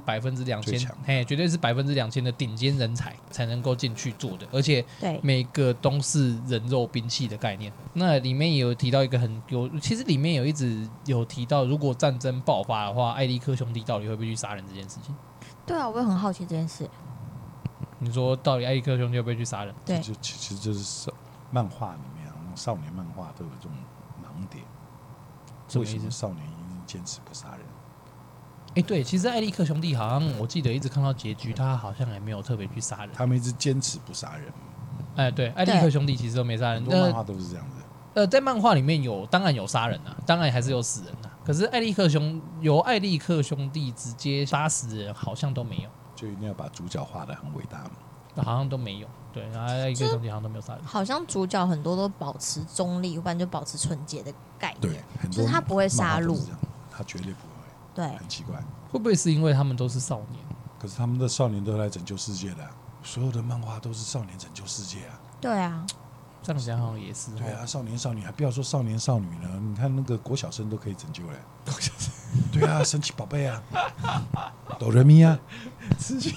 2000%，绝对是2000%的顶尖人才才能够进去做的，而且每个都是人肉兵器的概念。那里面也有提到一个其实里面一直有提到，如果战争爆发的话，艾利克兄弟到底会不会去杀人这件事情？ 对啊，我也很好奇这件事。 你说到底艾利克兄弟会不会去杀人？ 对， 其实就是漫画里面少年漫画都有这种盲点，为什么少年一定坚持不杀人？ 对，其实艾利克兄弟好像我记得一直看到结局，他好像也没有特别去杀人， 他们一直坚持不杀人。 对，艾利克兄弟其实都没杀人， 很多漫画都是这样子。 在漫画里面当然有杀人啊，当然还是有死人啊。可是艾利克兄弟直接杀死人，好像都没有。 就一定要把主角画得很伟大嘛？ 好像都没有。对，然后艾利克兄弟好像都没有杀人。 好像主角很多都保持中立，不然就保持纯洁的概念。 对， 就是他不会杀戮， 他绝对不会。 对， 很奇怪， 会不会是因为他们都是少年？ 可是他们的少年都来拯救世界的，所有的漫画都是少年拯救世界啊。 对啊， 这样讲好像也是。 对啊，少年少女，还不要说少年少女呢，你看那个国小生都可以拯救嘞。对啊，神奇宝贝啊，哆来咪啊，事情。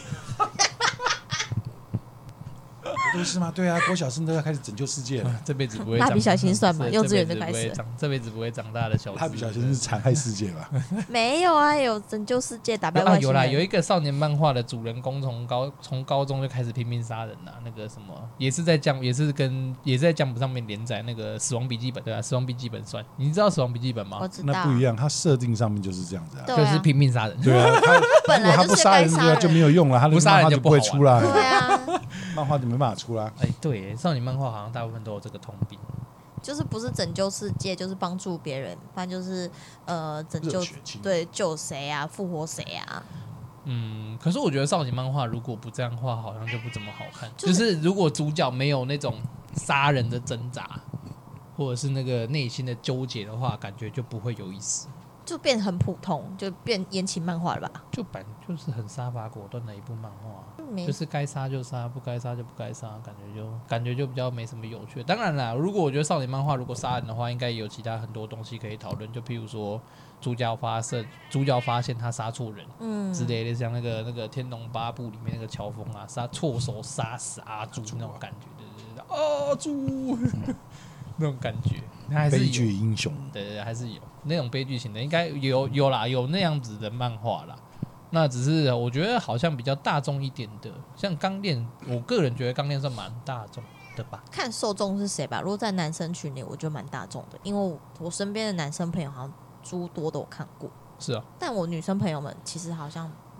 都是吗？对啊，国小生都要开始拯救世界了。 这辈子不会长。 蜡笔小新算吧，幼稚园就开始。 这辈子不会长大的小。 蜡笔小新是残害世界吧？ 没有啊，有拯救世界，打败外星人。 有啦，有一个少年漫画的主人公从高中就开始拼命杀人啦。那个什么，也是在江湖上面连载那个《死亡笔记本》，对啊，《死亡笔记本》算。你知道《死亡笔记本》吗？ 我知道。 那不一样，它设定上面就是这样子啊， 就是拼命杀人。 对啊，如果他不杀人就没有用了，他的漫画就不会出来。 对啊， 漫画就没办法出啦。 对，少年漫画好像大部分都有这个通病， 就是不是拯救世界，就是帮助别人，不然就是拯救救谁啊，复活谁啊。 可是我觉得少年漫画如果不这样画，好像就不怎么好看。就是如果主角没有那种杀人的挣扎，或者是那个内心的纠结的话，感觉就不会有意思。 就变很普通，就变言情漫画了吧？ 就是很杀伐果断的一部漫画，就是该杀就杀，不该杀就不该杀，感觉就比较没什么有趣。当然啦，如果我觉得少年漫画如果杀人的话，应该也有其他很多东西可以讨论，就譬如说主角发现他杀错人，之类的，像那个《天龙八部》里面那个乔峰啊，错手杀死阿朱那种感觉，对，阿朱那种感觉。还是悲剧英雄， 对，还是有那种悲剧型的，应该有啦，有那样子的漫画啦。那只是我觉得好像比较大众一点的，像钢炼，我个人觉得钢炼算蛮大众的吧。 看受众是谁吧。如果在男生群里，我觉得蛮大众的，因为我身边的男生朋友好像诸多都有看过。 是啊， 但我女生朋友们其实好像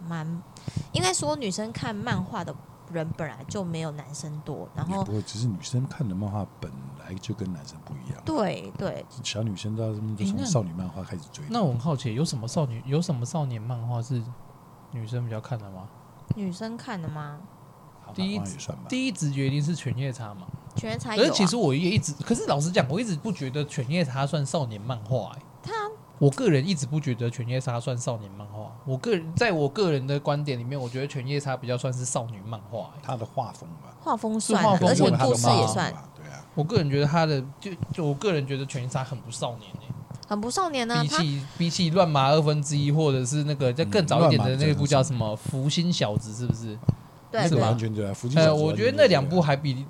应该说女生看漫画的人本来就没有男生多，然后不会，只是女生看的漫画本来就跟男生不一样。 对， 小女生都从少女漫画开始追。 那我很好奇，有什么少年漫画是女生比较看的吗？ 女生看的吗？ 第一直觉一定是犬夜叉嘛。 犬夜叉有、啊， 可是其实我也一直，可是老实讲，我一直不觉得犬夜叉算少年漫画、我个人一直不觉得犬夜叉算少年漫画。在我个人的观点里面，我觉得犬夜叉比较算是少女漫画、 他的画风吧， 画风算， 而且故事也算。 对啊， 我个人觉得他的就我个人觉得犬夜叉很不少年很不少年呢、 比起乱麻1/2，或者是那个再更早一点的那部叫什么《福星小子》，是不是？ 对， 是完全对啊。福星小子， 我觉得那2部还比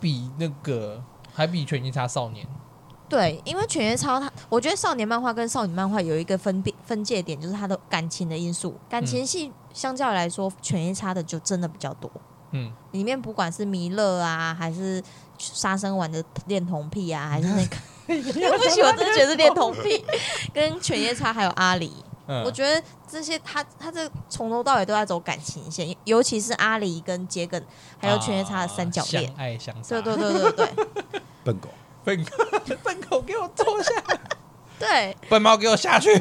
犬夜叉少年。 对，因为犬夜叉我觉得少年漫画跟少女漫画有一个分界点，就是它的感情的因素。感情戏相较来说，犬夜叉的就真的比较多。里面不管是弥勒啊，还是杀生丸的恋童癖啊，还是那个对不起，我真的觉得是恋童癖，跟犬夜叉还有阿离。我觉得这些他这从头到尾都在走感情线，尤其是阿离跟桔梗还有犬夜叉的三角恋， 相爱相杀。 对， 笨狗， 笨狗给我坐下， 对， 笨猫给我下去，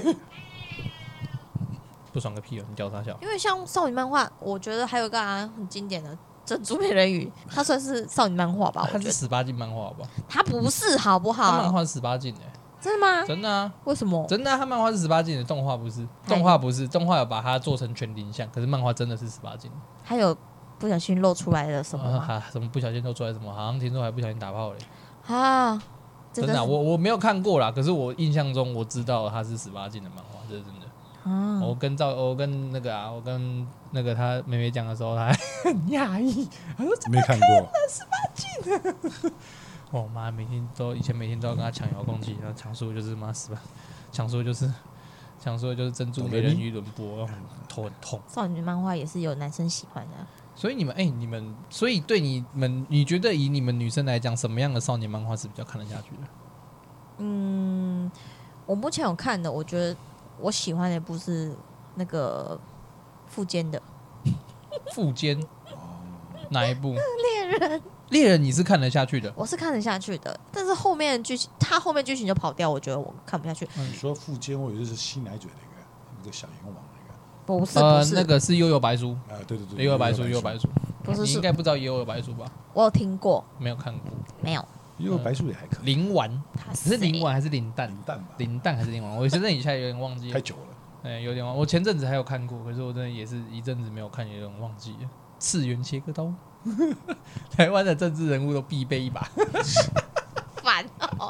不爽个屁哦！你叫他笑。 因为像少女漫画，我觉得还有一个很经典的珍珠美人鱼，它算是少女漫画吧？ 它是18禁漫画吧？ 它不是，好不好？ 它漫画是18禁的。 真的吗？ 真的啊！ 为什么？ 真的、啊，他漫画是18禁的，动画不是。动画有把它做成全龄向，可是漫画真的是18禁。 还有不小心露出来了什么？ 什么不小心露出来什么？好像听说还不小心打炮嘞。 啊！ 真的、啊，我没有看过啦，可是我印象中我知道它是18禁的漫画，这是真的。我跟那个他妹妹讲的时候，他还很讶异，他说没看过 18禁。我妈以前每天都要跟他抢遥控器，然后抢输就是抢输就是珍珠美人鱼轮播，头很痛。 少女漫画也是有男生喜欢的， 所以所以对你觉得以你们女生来讲，什么样的少年漫画是比较看得下去的？ 我目前有看的，我觉得我喜欢的一部是那个富坚的。 富坚？哪一部？ 猎人你是看得下去的？ 我是看得下去的，但是后面剧情就跑掉，我觉得我看不下去。 你说富坚，我以为是西奶嘴那个小阎王那个，不是， 那个是幽游白书啊，对， 幽游白书， 不是， 你应该不知道幽游白书吧？ 我有听过， 没有看过， 没有。 幽游白书也还可以。 灵丸，是灵丸还是灵蛋？ 灵蛋还是灵丸？我现在一下有点忘记了， 太久了， 有点忘。我前阵子还有看过，可是我真的也是一阵子没有看，有点忘记了。次元切割刀，台湾的政治人物都必备一把， 烦哦！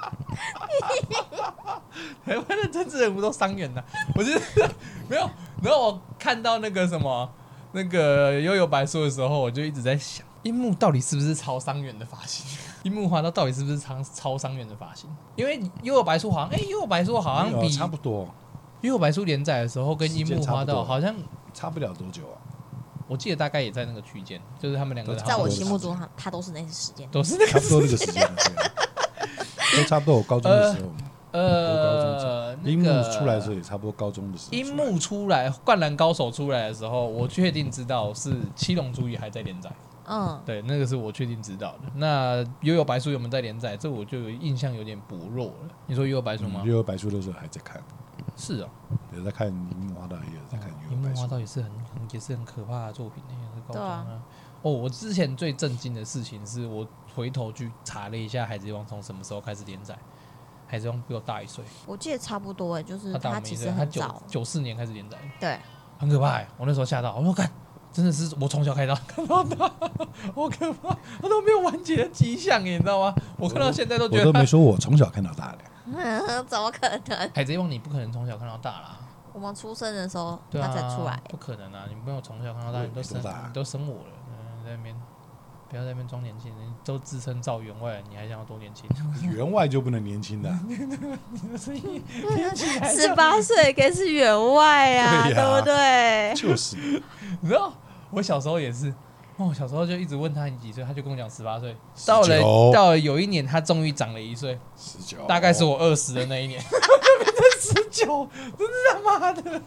台湾的政治人物都伤员的，我觉得没有。然后我看到那个什么那个幽游白书的时候，我就一直在想，樱木到底是不是超伤员的发型？樱木花道到底是不是超伤员的发型？因为幽游白书好像，幽游白书好像比差不多。 幽游白书连载的时候跟樱木花道好像差不了多久啊。 我记得大概也在那个区间，就是他们两个在我心目中，他都是那个时间， 都是那个差不多那个时间，都差不多。我高中的时候，樱木出来的时候也差不多高中的时候。 樱木出来，灌篮高手出来的时候，我确定知道是七龙珠也还在连载。对，那个是我确定知道的。那幽游白书有没有在连载？这我就印象有点薄弱了。你说幽游白书吗？ 幽游白书的时候还在看。 是哦， 有在看樱木花道，也有在看樱木花道，也是很可怕的作品，也是高中啊。我之前最震惊的事情是我回头去查了一下《海贼王》从什么时候开始连载，《海贼王》比我大1岁， 我记得差不多就是他其实很早 ，94年开始连载， 对， 很可怕。我那时候吓到，我说看，真的是我从小看到大，好可怕，他都没有完结的迹象，你知道吗？我看到现在都觉得我都没说我从小看到大的。 怎么可能？ 海贼王你不可能从小看到大啦。 我们出生的时候他才出来， 不可能啊！你没有从小看到大，你都生我了，在那边不要在那边装年轻人，都自称赵员外，你还想要多年轻？ 员外就不能年轻的 ，18岁可以是员外啊，对不对？ 就是， 你知道我小时候也是。小时候就一直问他你几岁，他就跟我讲18岁。到了有一年，他终于长了1岁 ，19， 大概是我20的那一年，变成19，真是他妈的！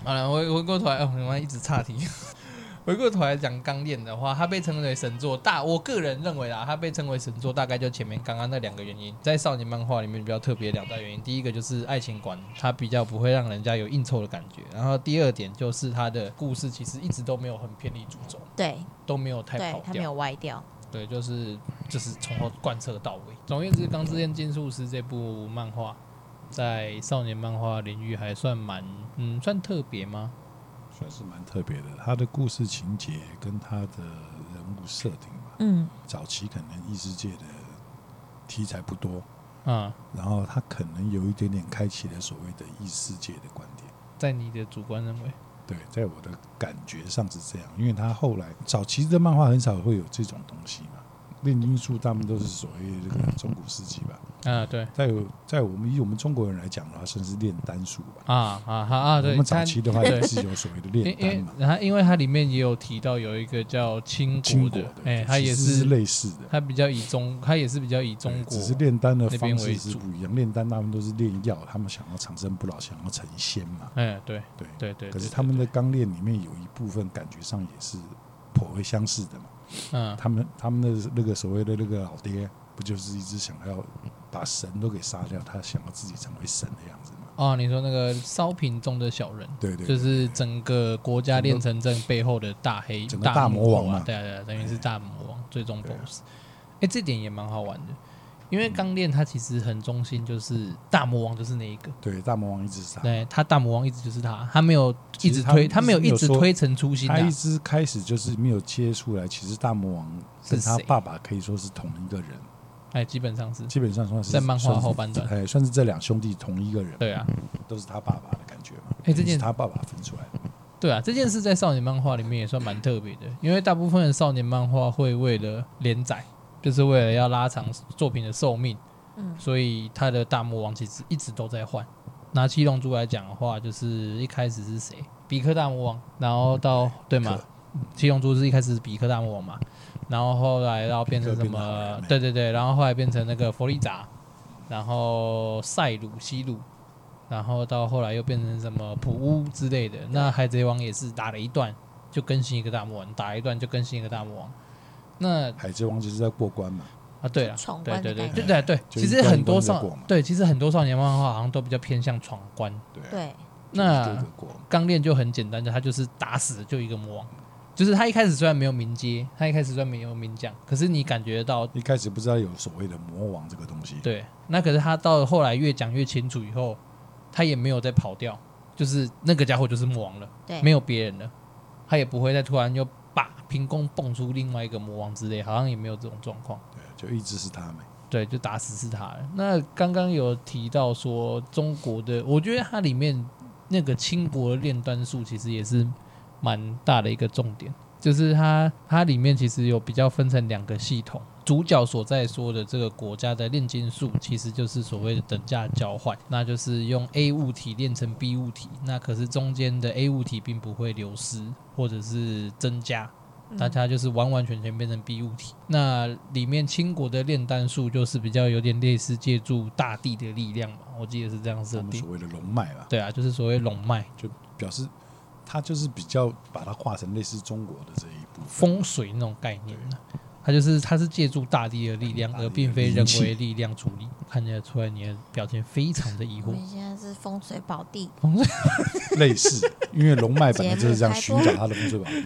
好了，回过头来，我们一直岔题。回过头来讲钢炼的话，它被称为神作，我个人认为啦，它被称为神作，大概就前面刚刚那2个原因，在少年漫画里面比较特别2大原因。第一个就是爱情观，它比较不会让人家有硬凑的感觉。然后第二点就是它的故事其实一直都没有很偏离主轴， 对， 都没有太跑对，它没有歪掉。 对，就是从头贯彻到尾。总而言之，《钢之炼金术师》这部漫画在少年漫画领域还算算特别吗？ 算是蛮特别的，他的故事情节跟他的人物设定吧，早期可能异世界的题材不多，然后他可能有一点点开启了所谓的异世界的观点，在你的主观认为？ 对，在我的感觉上是这样，因为他后来早期的漫画很少会有这种东西嘛，炼金术大部分都是所谓这个中古世纪吧。 对， 在以我们中国人来讲的话，算是炼丹术吧。 对， 我们早期的话也是有所谓的炼丹嘛。 因为它里面也有提到有一个叫清国的，它也是类似的。 它也是比较以中国， 只是炼丹的方式是不一样。炼丹他们都是炼药，他们想要长生不老，想要成仙嘛。 对。 可是他们的钢炼里面有一部分感觉上也是颇为相似的嘛。他们的那个所谓的那个老爹，不就是一直想要把神都给杀掉，他想要自己成为神的样子吗？ 你说那个烧瓶中的小人， 对， 就是整个国家炼成阵背后的大黑， 整个大魔王嘛， 对，等于是大魔王最终 BOSS。这点也蛮好玩的，因为钢炼它其实很中心，就是大魔王就是那一个， 对，大魔王一直是他， 对，他大魔王一直就是他没有一直推，他没有一直推陈出新， 他一直开始就是没有接出来，其实大魔王跟他爸爸可以说是同一个人。 基本上算是在漫画后半段， 算是这2兄弟同一个人。 对啊， 都是他爸爸的感觉嘛。 这件是他爸爸分出来的。 对啊，这件事在少年漫画里面也算蛮特别的，因为大部分的少年漫画会为了连载，就是为了要拉长作品的寿命，所以他的大魔王其实一直都在换。拿七龙珠来讲的话，就是一开始是谁？比克大魔王，然后到对嘛？七龙珠是一开始是比克大魔王嘛，然后后来然后变成什么？对，然后后来变成那个弗利扎，然后赛鲁、西鲁，然后到后来又变成什么普乌之类的。那海贼王也是打了一段就更新一个大魔王，打了一段就更新一个大魔王。那海贼王就是在过关嘛。 对了，对， 其实很多少年漫画好像都比较偏向闯关。 对， 那钢炼就很简单的，他就是打死就一个魔王。就是他一开始虽然没有明接，他一开始虽然没有明讲，可是你感觉到一开始不知道有所谓的魔王这个东西。 对，那可是他到后来越讲越清楚以后，他也没有再跑掉，就是那个家伙就是魔王了，没有别人了，他也不会再突然又凭空蹦出另外一个魔王之类，好像也没有这种状况。 对，就一直是他们。 对，就打死是他了。那刚刚有提到说中国的，我觉得它里面那个清国的炼丹术其实也是蛮大的一个重点，就是它里面其实有比较分成2个系统，主角所在说的这个国家的炼金术其实就是所谓的等价交换，那就是用 A 物体炼成 B 物体，那可是中间的 A 物体并不会流失或者是增加，大家就是完完全全变成 B 物体。那里面清国的炼丹术就是比较有点类似借助大地的力量嘛，我记得是这样设定， 所谓的龙脉吧。 对啊，就是所谓龙脉， 就表示它就是比较把它画成类似中国的这一部分风水那种概念，它是借助大地的力量，而并非人为力量处理。看起来出来你的表情非常的疑惑。 我们现在是风水宝地， 类似，因为龙脉本来就是这样寻找它的风水宝地。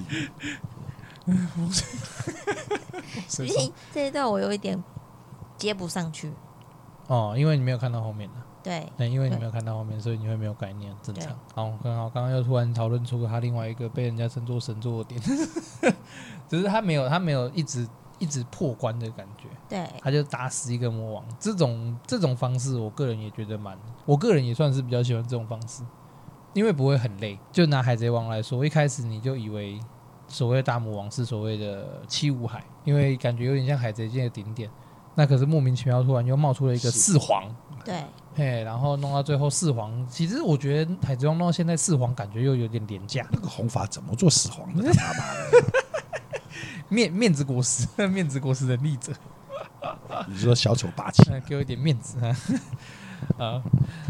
这一段我有一点接不上去因为你没有看到后面的。 对， 因为你没有看到后面，所以你会没有概念，正常。好，很好。刚刚又突然讨论出他另外一个被人家称作神作的点，只是他没有一直破关的感觉。 对， 他就打死一个魔王。这种方式，我个人也觉得我个人也算是比较喜欢这种方式，因为不会很累。就拿海贼王来说，一开始你就以为所谓的大魔王是所谓的七武海，因为感觉有点像海贼界的顶点。那可是莫名其妙突然又冒出了一个四皇， 对， 然后弄到最后四皇，其实我觉得海贼王弄到现在四皇感觉又有点廉价。 那个红发怎么做四皇的？他妈的， 面子果实，面子果实的例子。 你说小丑霸气， 给我一点面子啊！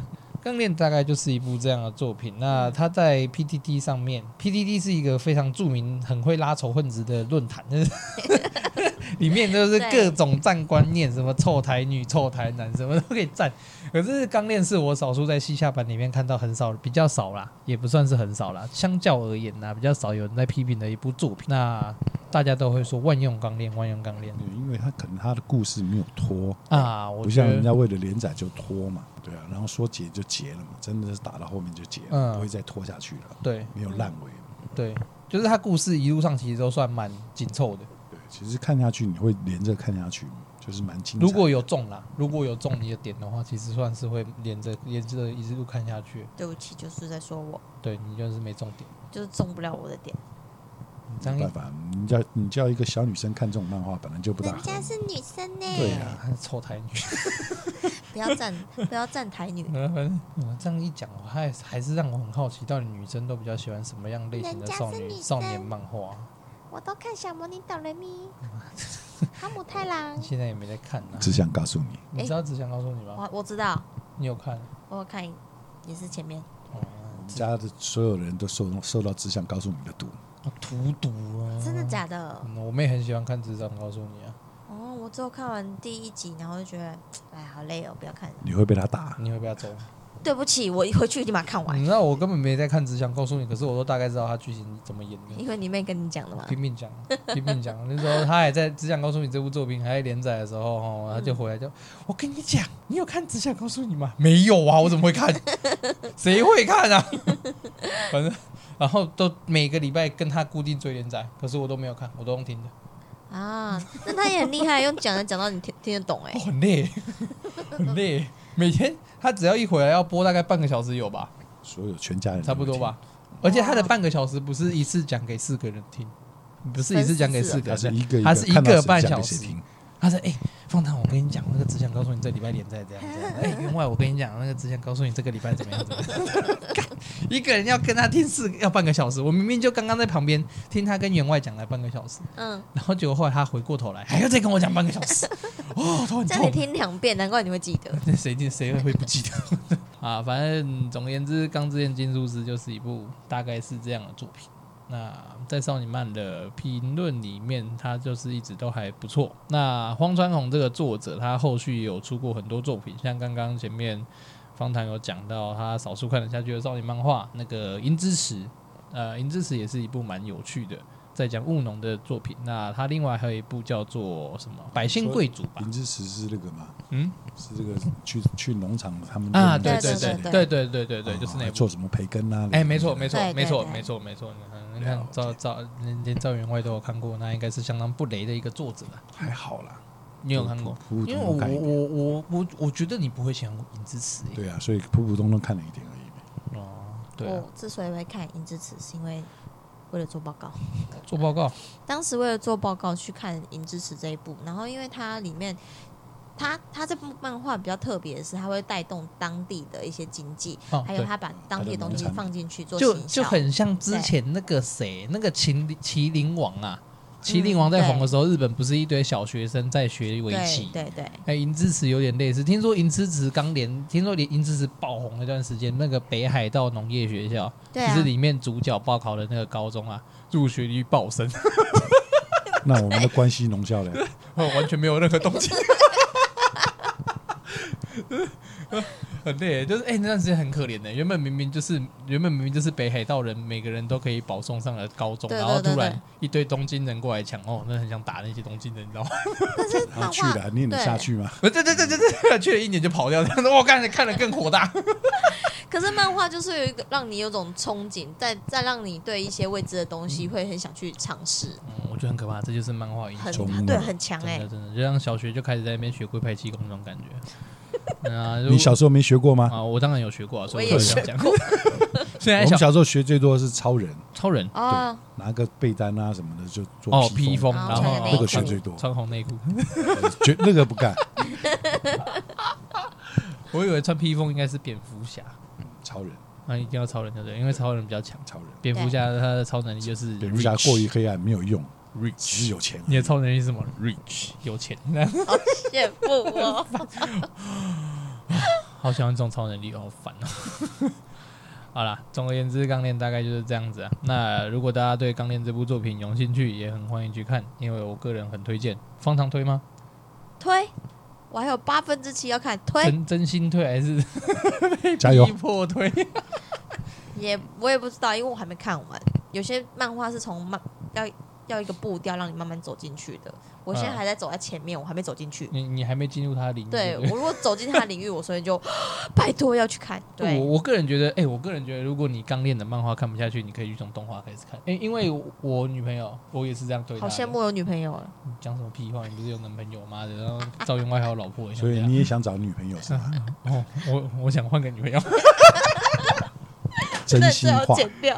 钢炼大概就是一部这样的作品。那它在 PTT 上面 ，PTT 是一个非常著名、很会拉仇恨值的论坛，里面都是各种站观念，什么臭台女、臭台男，什么都可以站。可是钢炼是我少数在西夏版里面看到比较少啦，也不算是很少啦。相较而言比较少有人在批评的一部作品。那大家都会说万用钢炼，万用钢炼。 对，因为他可能他的故事没有拖啊， 不像人家为了连载就拖嘛，对啊，然后说结就结了嘛，真的是打到后面就结了，不会再拖下去了。 对， 没有烂尾。 对，就是他故事一路上其实都算蛮紧凑的。 对，其实看下去你会连着看下去，就是蛮精彩。 如果有中你的点的话，其实算是会连着一路看下去。 对不起，就是在说我。 对，你就是没中点， 就是中不了我的点。 没办法，你叫一个小女生看这种漫画，本来就不大合。 人家是女生呢。 对啊， 臭台女。 不要站台女。 这样一讲，我还是让我很好奇，到底女生都比较喜欢什么样类型的少年漫画？ 我都看小魔女哆来咪、哈姆太郎。 现在也没在看啊。 只想告诉你， 你知道只想告诉你吗？ 我知道。 你有看？ 我有看，也是前面。 家的所有人都受到只想告诉你的毒。 荼毒啊！ 真的假的？ 我妹很喜欢看《只想告诉你》啊。 我只有看完第1集，然后就觉得，哎，好累哦，不要看了。 你会被他打？ 你会被他揍？ 对不起，我一回去立马看完。 你知道我根本没在看《只想告诉你》，可是我都大概知道他剧情怎么演的。 因为你妹跟你讲的嘛。 拼命讲。那时候他还在《只想告诉你》这部作品还在连载的时候，他就回来就，我跟你讲，你有看《只想告诉你》吗？没有啊，我怎么会看？谁会看啊？反正。然后都每个礼拜跟他固定追连载，可是我都没有看，我都用听的。 啊，那他也很厉害，用讲的讲到你听得懂哎。 很累，很累。每天他只要一回来要播大概半个小时有吧？ 所有全家人差不多吧。而且他的半个小时不是一次讲给4个人听，不是一次讲给4个人，他是一个半小时。他说：“方糖，我跟你讲，那个只想告诉你这礼拜连载这样。员外，我跟你讲，那个只想告诉你这个礼拜怎么样。一个人要跟他听要半个小时，我明明就刚刚在旁边听他跟员外讲了半个小时，然后结果后来他回过头来还要再跟我讲半个小时，头很痛。这样你听2遍，难怪你会记得。 那谁会不记得啊？反正总而言之，《钢之炼金术师》就是一部大概是这样的作品。那在少女漫的评论里面，他就是一直都还不错。那荒川弘这个作者，他后续也有出过很多作品，像刚刚前面方谈有讲到，他少数看得下去的少女漫画，那个《银之匙》，《银之匙》也是一部蛮有趣的，在讲务农的作品。那他另外还有一部叫做什么《百姓贵族》吧？ 银之匙是那个吗？是这个去农场他们啊，对，就是那部做什么培根啊？ 没错。你看连赵员外都有看过，那应该是相当不雷的一个作者了。 还好啦， 你有看过？因为我觉得你不会喜欢《银之匙》。 对啊，所以普普通通看了一点而已。 对。 我之所以会看《银之匙》，是因为为了做报告。 做报告？ 当时为了做报告去看《银之匙》这一部，然后因为它里面。他这部漫画比较特别的是，他会带动当地的一些经济，还有他把当地的东西放进去做行销， 就很像之前那个谁，那个麒麟王啊，麒麟王在红的时候，日本不是一堆小学生在学围棋？对。银之匙有点类似，听说银之匙听说银之匙爆红那段时间，那个北海道农业学校，就是里面主角报考的那个高中啊，入学率暴升。 那我们的关西农校呢？ 完全没有任何动静。很累，就是那段时间很可怜的。原本明明就是北海道人，每个人都可以保送上了高中，然后突然一堆东京人过来抢，那很想打那些东京人，你知道吗？ 但是他去了，念得下去吗？ 对，去了1年就跑掉，我看得更火大。 可是漫画就是有一个让你有种憧憬，再让你对一些未知的东西会很想去尝试。 我觉得很可怕，这就是漫画影响， 对，很强真的，就像小学就开始在那边学龟派气功那种感觉。 你小时候没学过吗？ 我当然有学过，所以我也学过。 我们小时候学最多的是超人， 对， 拿个被单啊什么的就做披风，然后那个学最多， 穿红内裤， 那个不干。 我以为穿披风应该是蝙蝠侠， 超人。 一定要超人对不对？因为超人比较强。 超人， 蝙蝠侠他的超能力就是蝙蝠侠过于黑暗没有用 ，rich 只是有钱。 你的超能力是什么 ？rich 有钱。 好羡慕哦。 好喜欢这种超能力，好烦哦。好啦，总而言之，《钢炼》大概就是这样子啊。那如果大家对《钢炼》这部作品有兴趣，也很欢迎去看，因为我个人很推荐。方糖推吗？ 推，我还有7/8要看，推。 真心推还是加油逼迫推？ 我也不知道，因为我还没看完。有些漫画是从要一个步调让你慢慢走进去的，我现在还在走在前面，我还没走进去。 你还没进入他的领域。 对，我如果走进他的领域，我所以就拜托要去看。对， 我个人觉得，我个人觉得，如果你刚练的漫画看不下去，你可以去从动画开始看。因为我女朋友，我也是这样对她的。 好羡慕有女朋友了。 你讲什么屁话？你不是有男朋友吗？然后赵员外还有老婆， 所以你也想找女朋友是吧？ 我想换个女朋友。 真心话。 剪掉。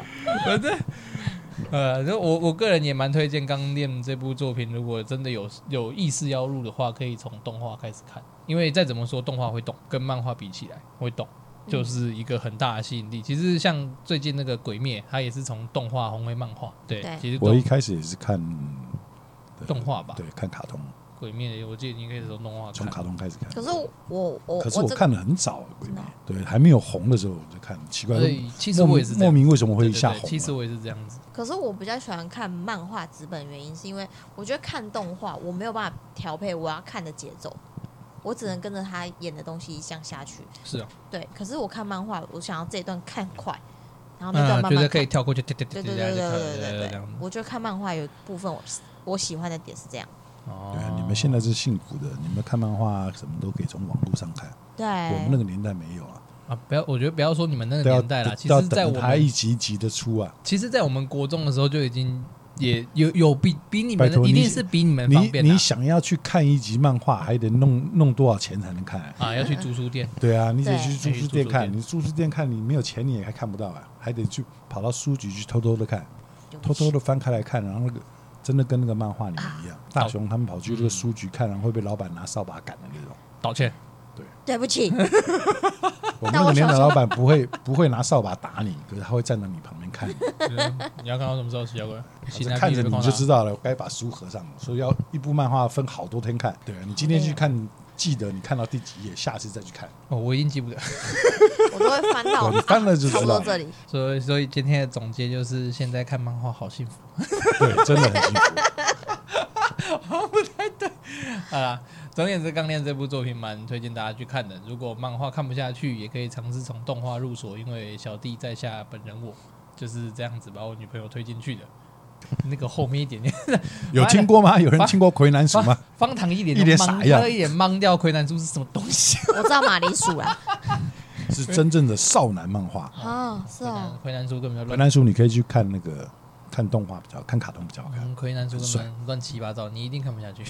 我个人也蛮推荐《钢炼》这部作品，如果真的有意识要入的话，可以从动画开始看，因为再怎么说动画会动，跟漫画比起来会动，就是一个很大的吸引力。其实像最近那个《鬼灭》，它也是从动画红为漫画。对，其实我一开始也是看动画吧， 对，看卡通。 鬼灭，我记得你可以从动画看， 从卡通开始看。 可是我看的很早，鬼灭，对，还没有红的时候我就看，奇怪， 其实我也是莫名为什么会一下红？ 其实我也是这样子。 可是我比较喜欢看漫画纸本，原因是因为我觉得看动画我没有办法调配我要看的节奏，我只能跟着他演的东西一项下去。 是啊， 对。可是我看漫画，我想要这一段看快，然后那段慢慢看， 觉得可以跳过去，对， 我觉得看漫画有部分我喜欢的点是这样。 对啊，你们现在是幸福的，你们看漫画什么都可以从网络上看。 对， 我们那个年代没有啊。 我觉得不要说你们那个年代啦，其实在我们还一集一集的出啊。 其实，在我们国中的时候就已经也有比你们一定是比你们方便。 你想要去看一集漫画，还得弄多少钱才能看啊？要去租书店。 对啊，你得去租书店看。你租书店看，你没有钱你也还看不到啊，还得去跑到书局去偷偷的看，偷偷的翻开来看，然后那个。真的跟那个漫画里面一样，大雄他们跑去这个书局看，然后会被老板拿扫把赶的那种。 道歉， 对不起。 我们那个年代老板不会拿扫把打你，可是他会站在你旁边看你。 你要看到什么时候小鬼？ 看着你就知道了，该把书合上了。所以要一部漫画分好多天看。对啊，你今天去看，记得你看到第几页，下次再去看。 我已经记不得。 我都会翻到， 你翻了就知道。 这里。 所以今天的总结就是，现在看漫画好幸福。 对，真的很幸福。 不太对。好啦，总而言之，《钢炼》这部作品蛮推荐大家去看的。如果漫画看不下去，也可以尝试从动画入手，因为小弟在下本人我就是这样子把我女朋友推进去的。那个后面一点点有听过吗？有人听过魁南鼠吗？ 方糖一脸傻样，他一脸懵掉魁南鼠是什么东西？ 我知道马铃薯啦。 是真正的少男漫画啊，是哦。 魁南鼠根本就魁南鼠，你可以去看那个看动画看卡通比较好看。 魁南鼠根本乱七八糟，你一定看不下去。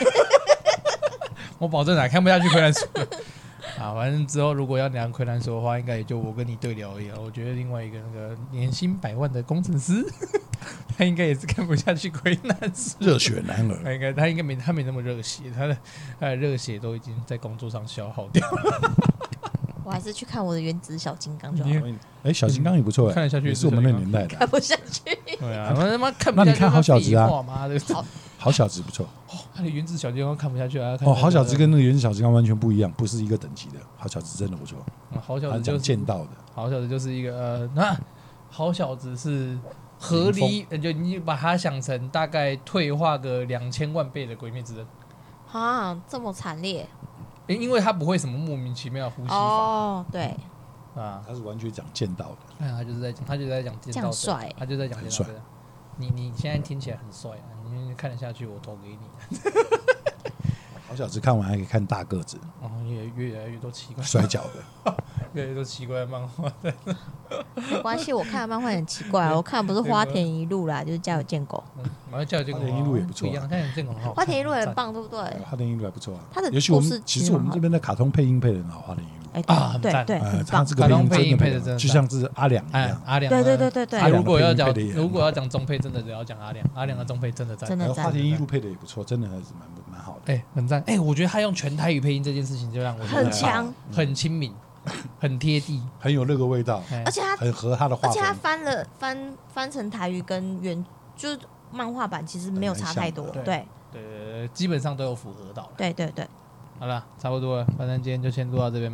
我保证看不下去魁南鼠。啊，反正之后如果要聊魁南鼠的话，应该也就我跟你对聊而已了。我觉得另外一个那个年薪100万的工程师，他应该也是看不下去魁南鼠。 热血男儿， 他应该没那么热血，他的热血都已经在工作上消耗掉了。 我还是去看我的原子小金刚就好了。小金刚也不错， 看得下去也是我们那年代的。 看不下去。 对啊，他妈看不下去。 那你看好小子啊？ 好小子不错。 他的原子小金刚看不下去啊！ 好小子跟那个原子小金刚完全不一样，不是一个等级的。好小子真的不错。 好小子就是见到的。 好小子就是一个好小子是合理，就你把它想成大概退化个2000万倍的鬼灭之刃啊，这么惨烈。 因为他不会什么莫名其妙的呼吸法。 哦，对。 他是完全讲剑道的。 他就是在讲剑道的。 帅。 他就在讲剑道的。你现在听起来很帅啊！你看得下去，我投给你。 好小子看完还可以看大个子。 哦，越来越多奇怪摔跤的， 越来越多奇怪的漫画。 没关系，我看的漫画很奇怪，我看的不是花田一路啦，就是家有贱狗。 家有贱狗， 花田一路也不错， 一样，家有贱狗很好。 花田一路很棒，对不对？ 花田一路还不错啊。 他的尤其其实我们这边的卡通配音配的很好，花田一路。 很赞， 对， 他这个配音配的真的就像是阿良一样。 阿良， 对。 如果要讲中配，真的只要讲阿良。阿良的中配真的赞， 真的赞。 花田一路配的也不错，真的还是蛮好的。 很赞。我觉得他用全台语配音这件事情，就让我很强， 很亲民，很贴地， 很有那个味道， 而且他很合他的画风。 而且他翻成台语跟就是漫画版其实没有差太多，对， 基本上都有符合到。 对。 好了，差不多了，反正今天就先录到这边吧。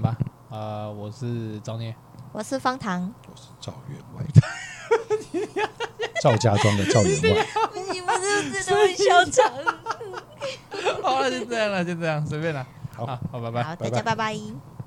我是赵聂， 我是方糖， 我是赵员外，赵家庄的赵员外。 你们是不是都很嚣张？ 好了，就这样了，随便了。 好， 拜拜。 好，大家拜拜。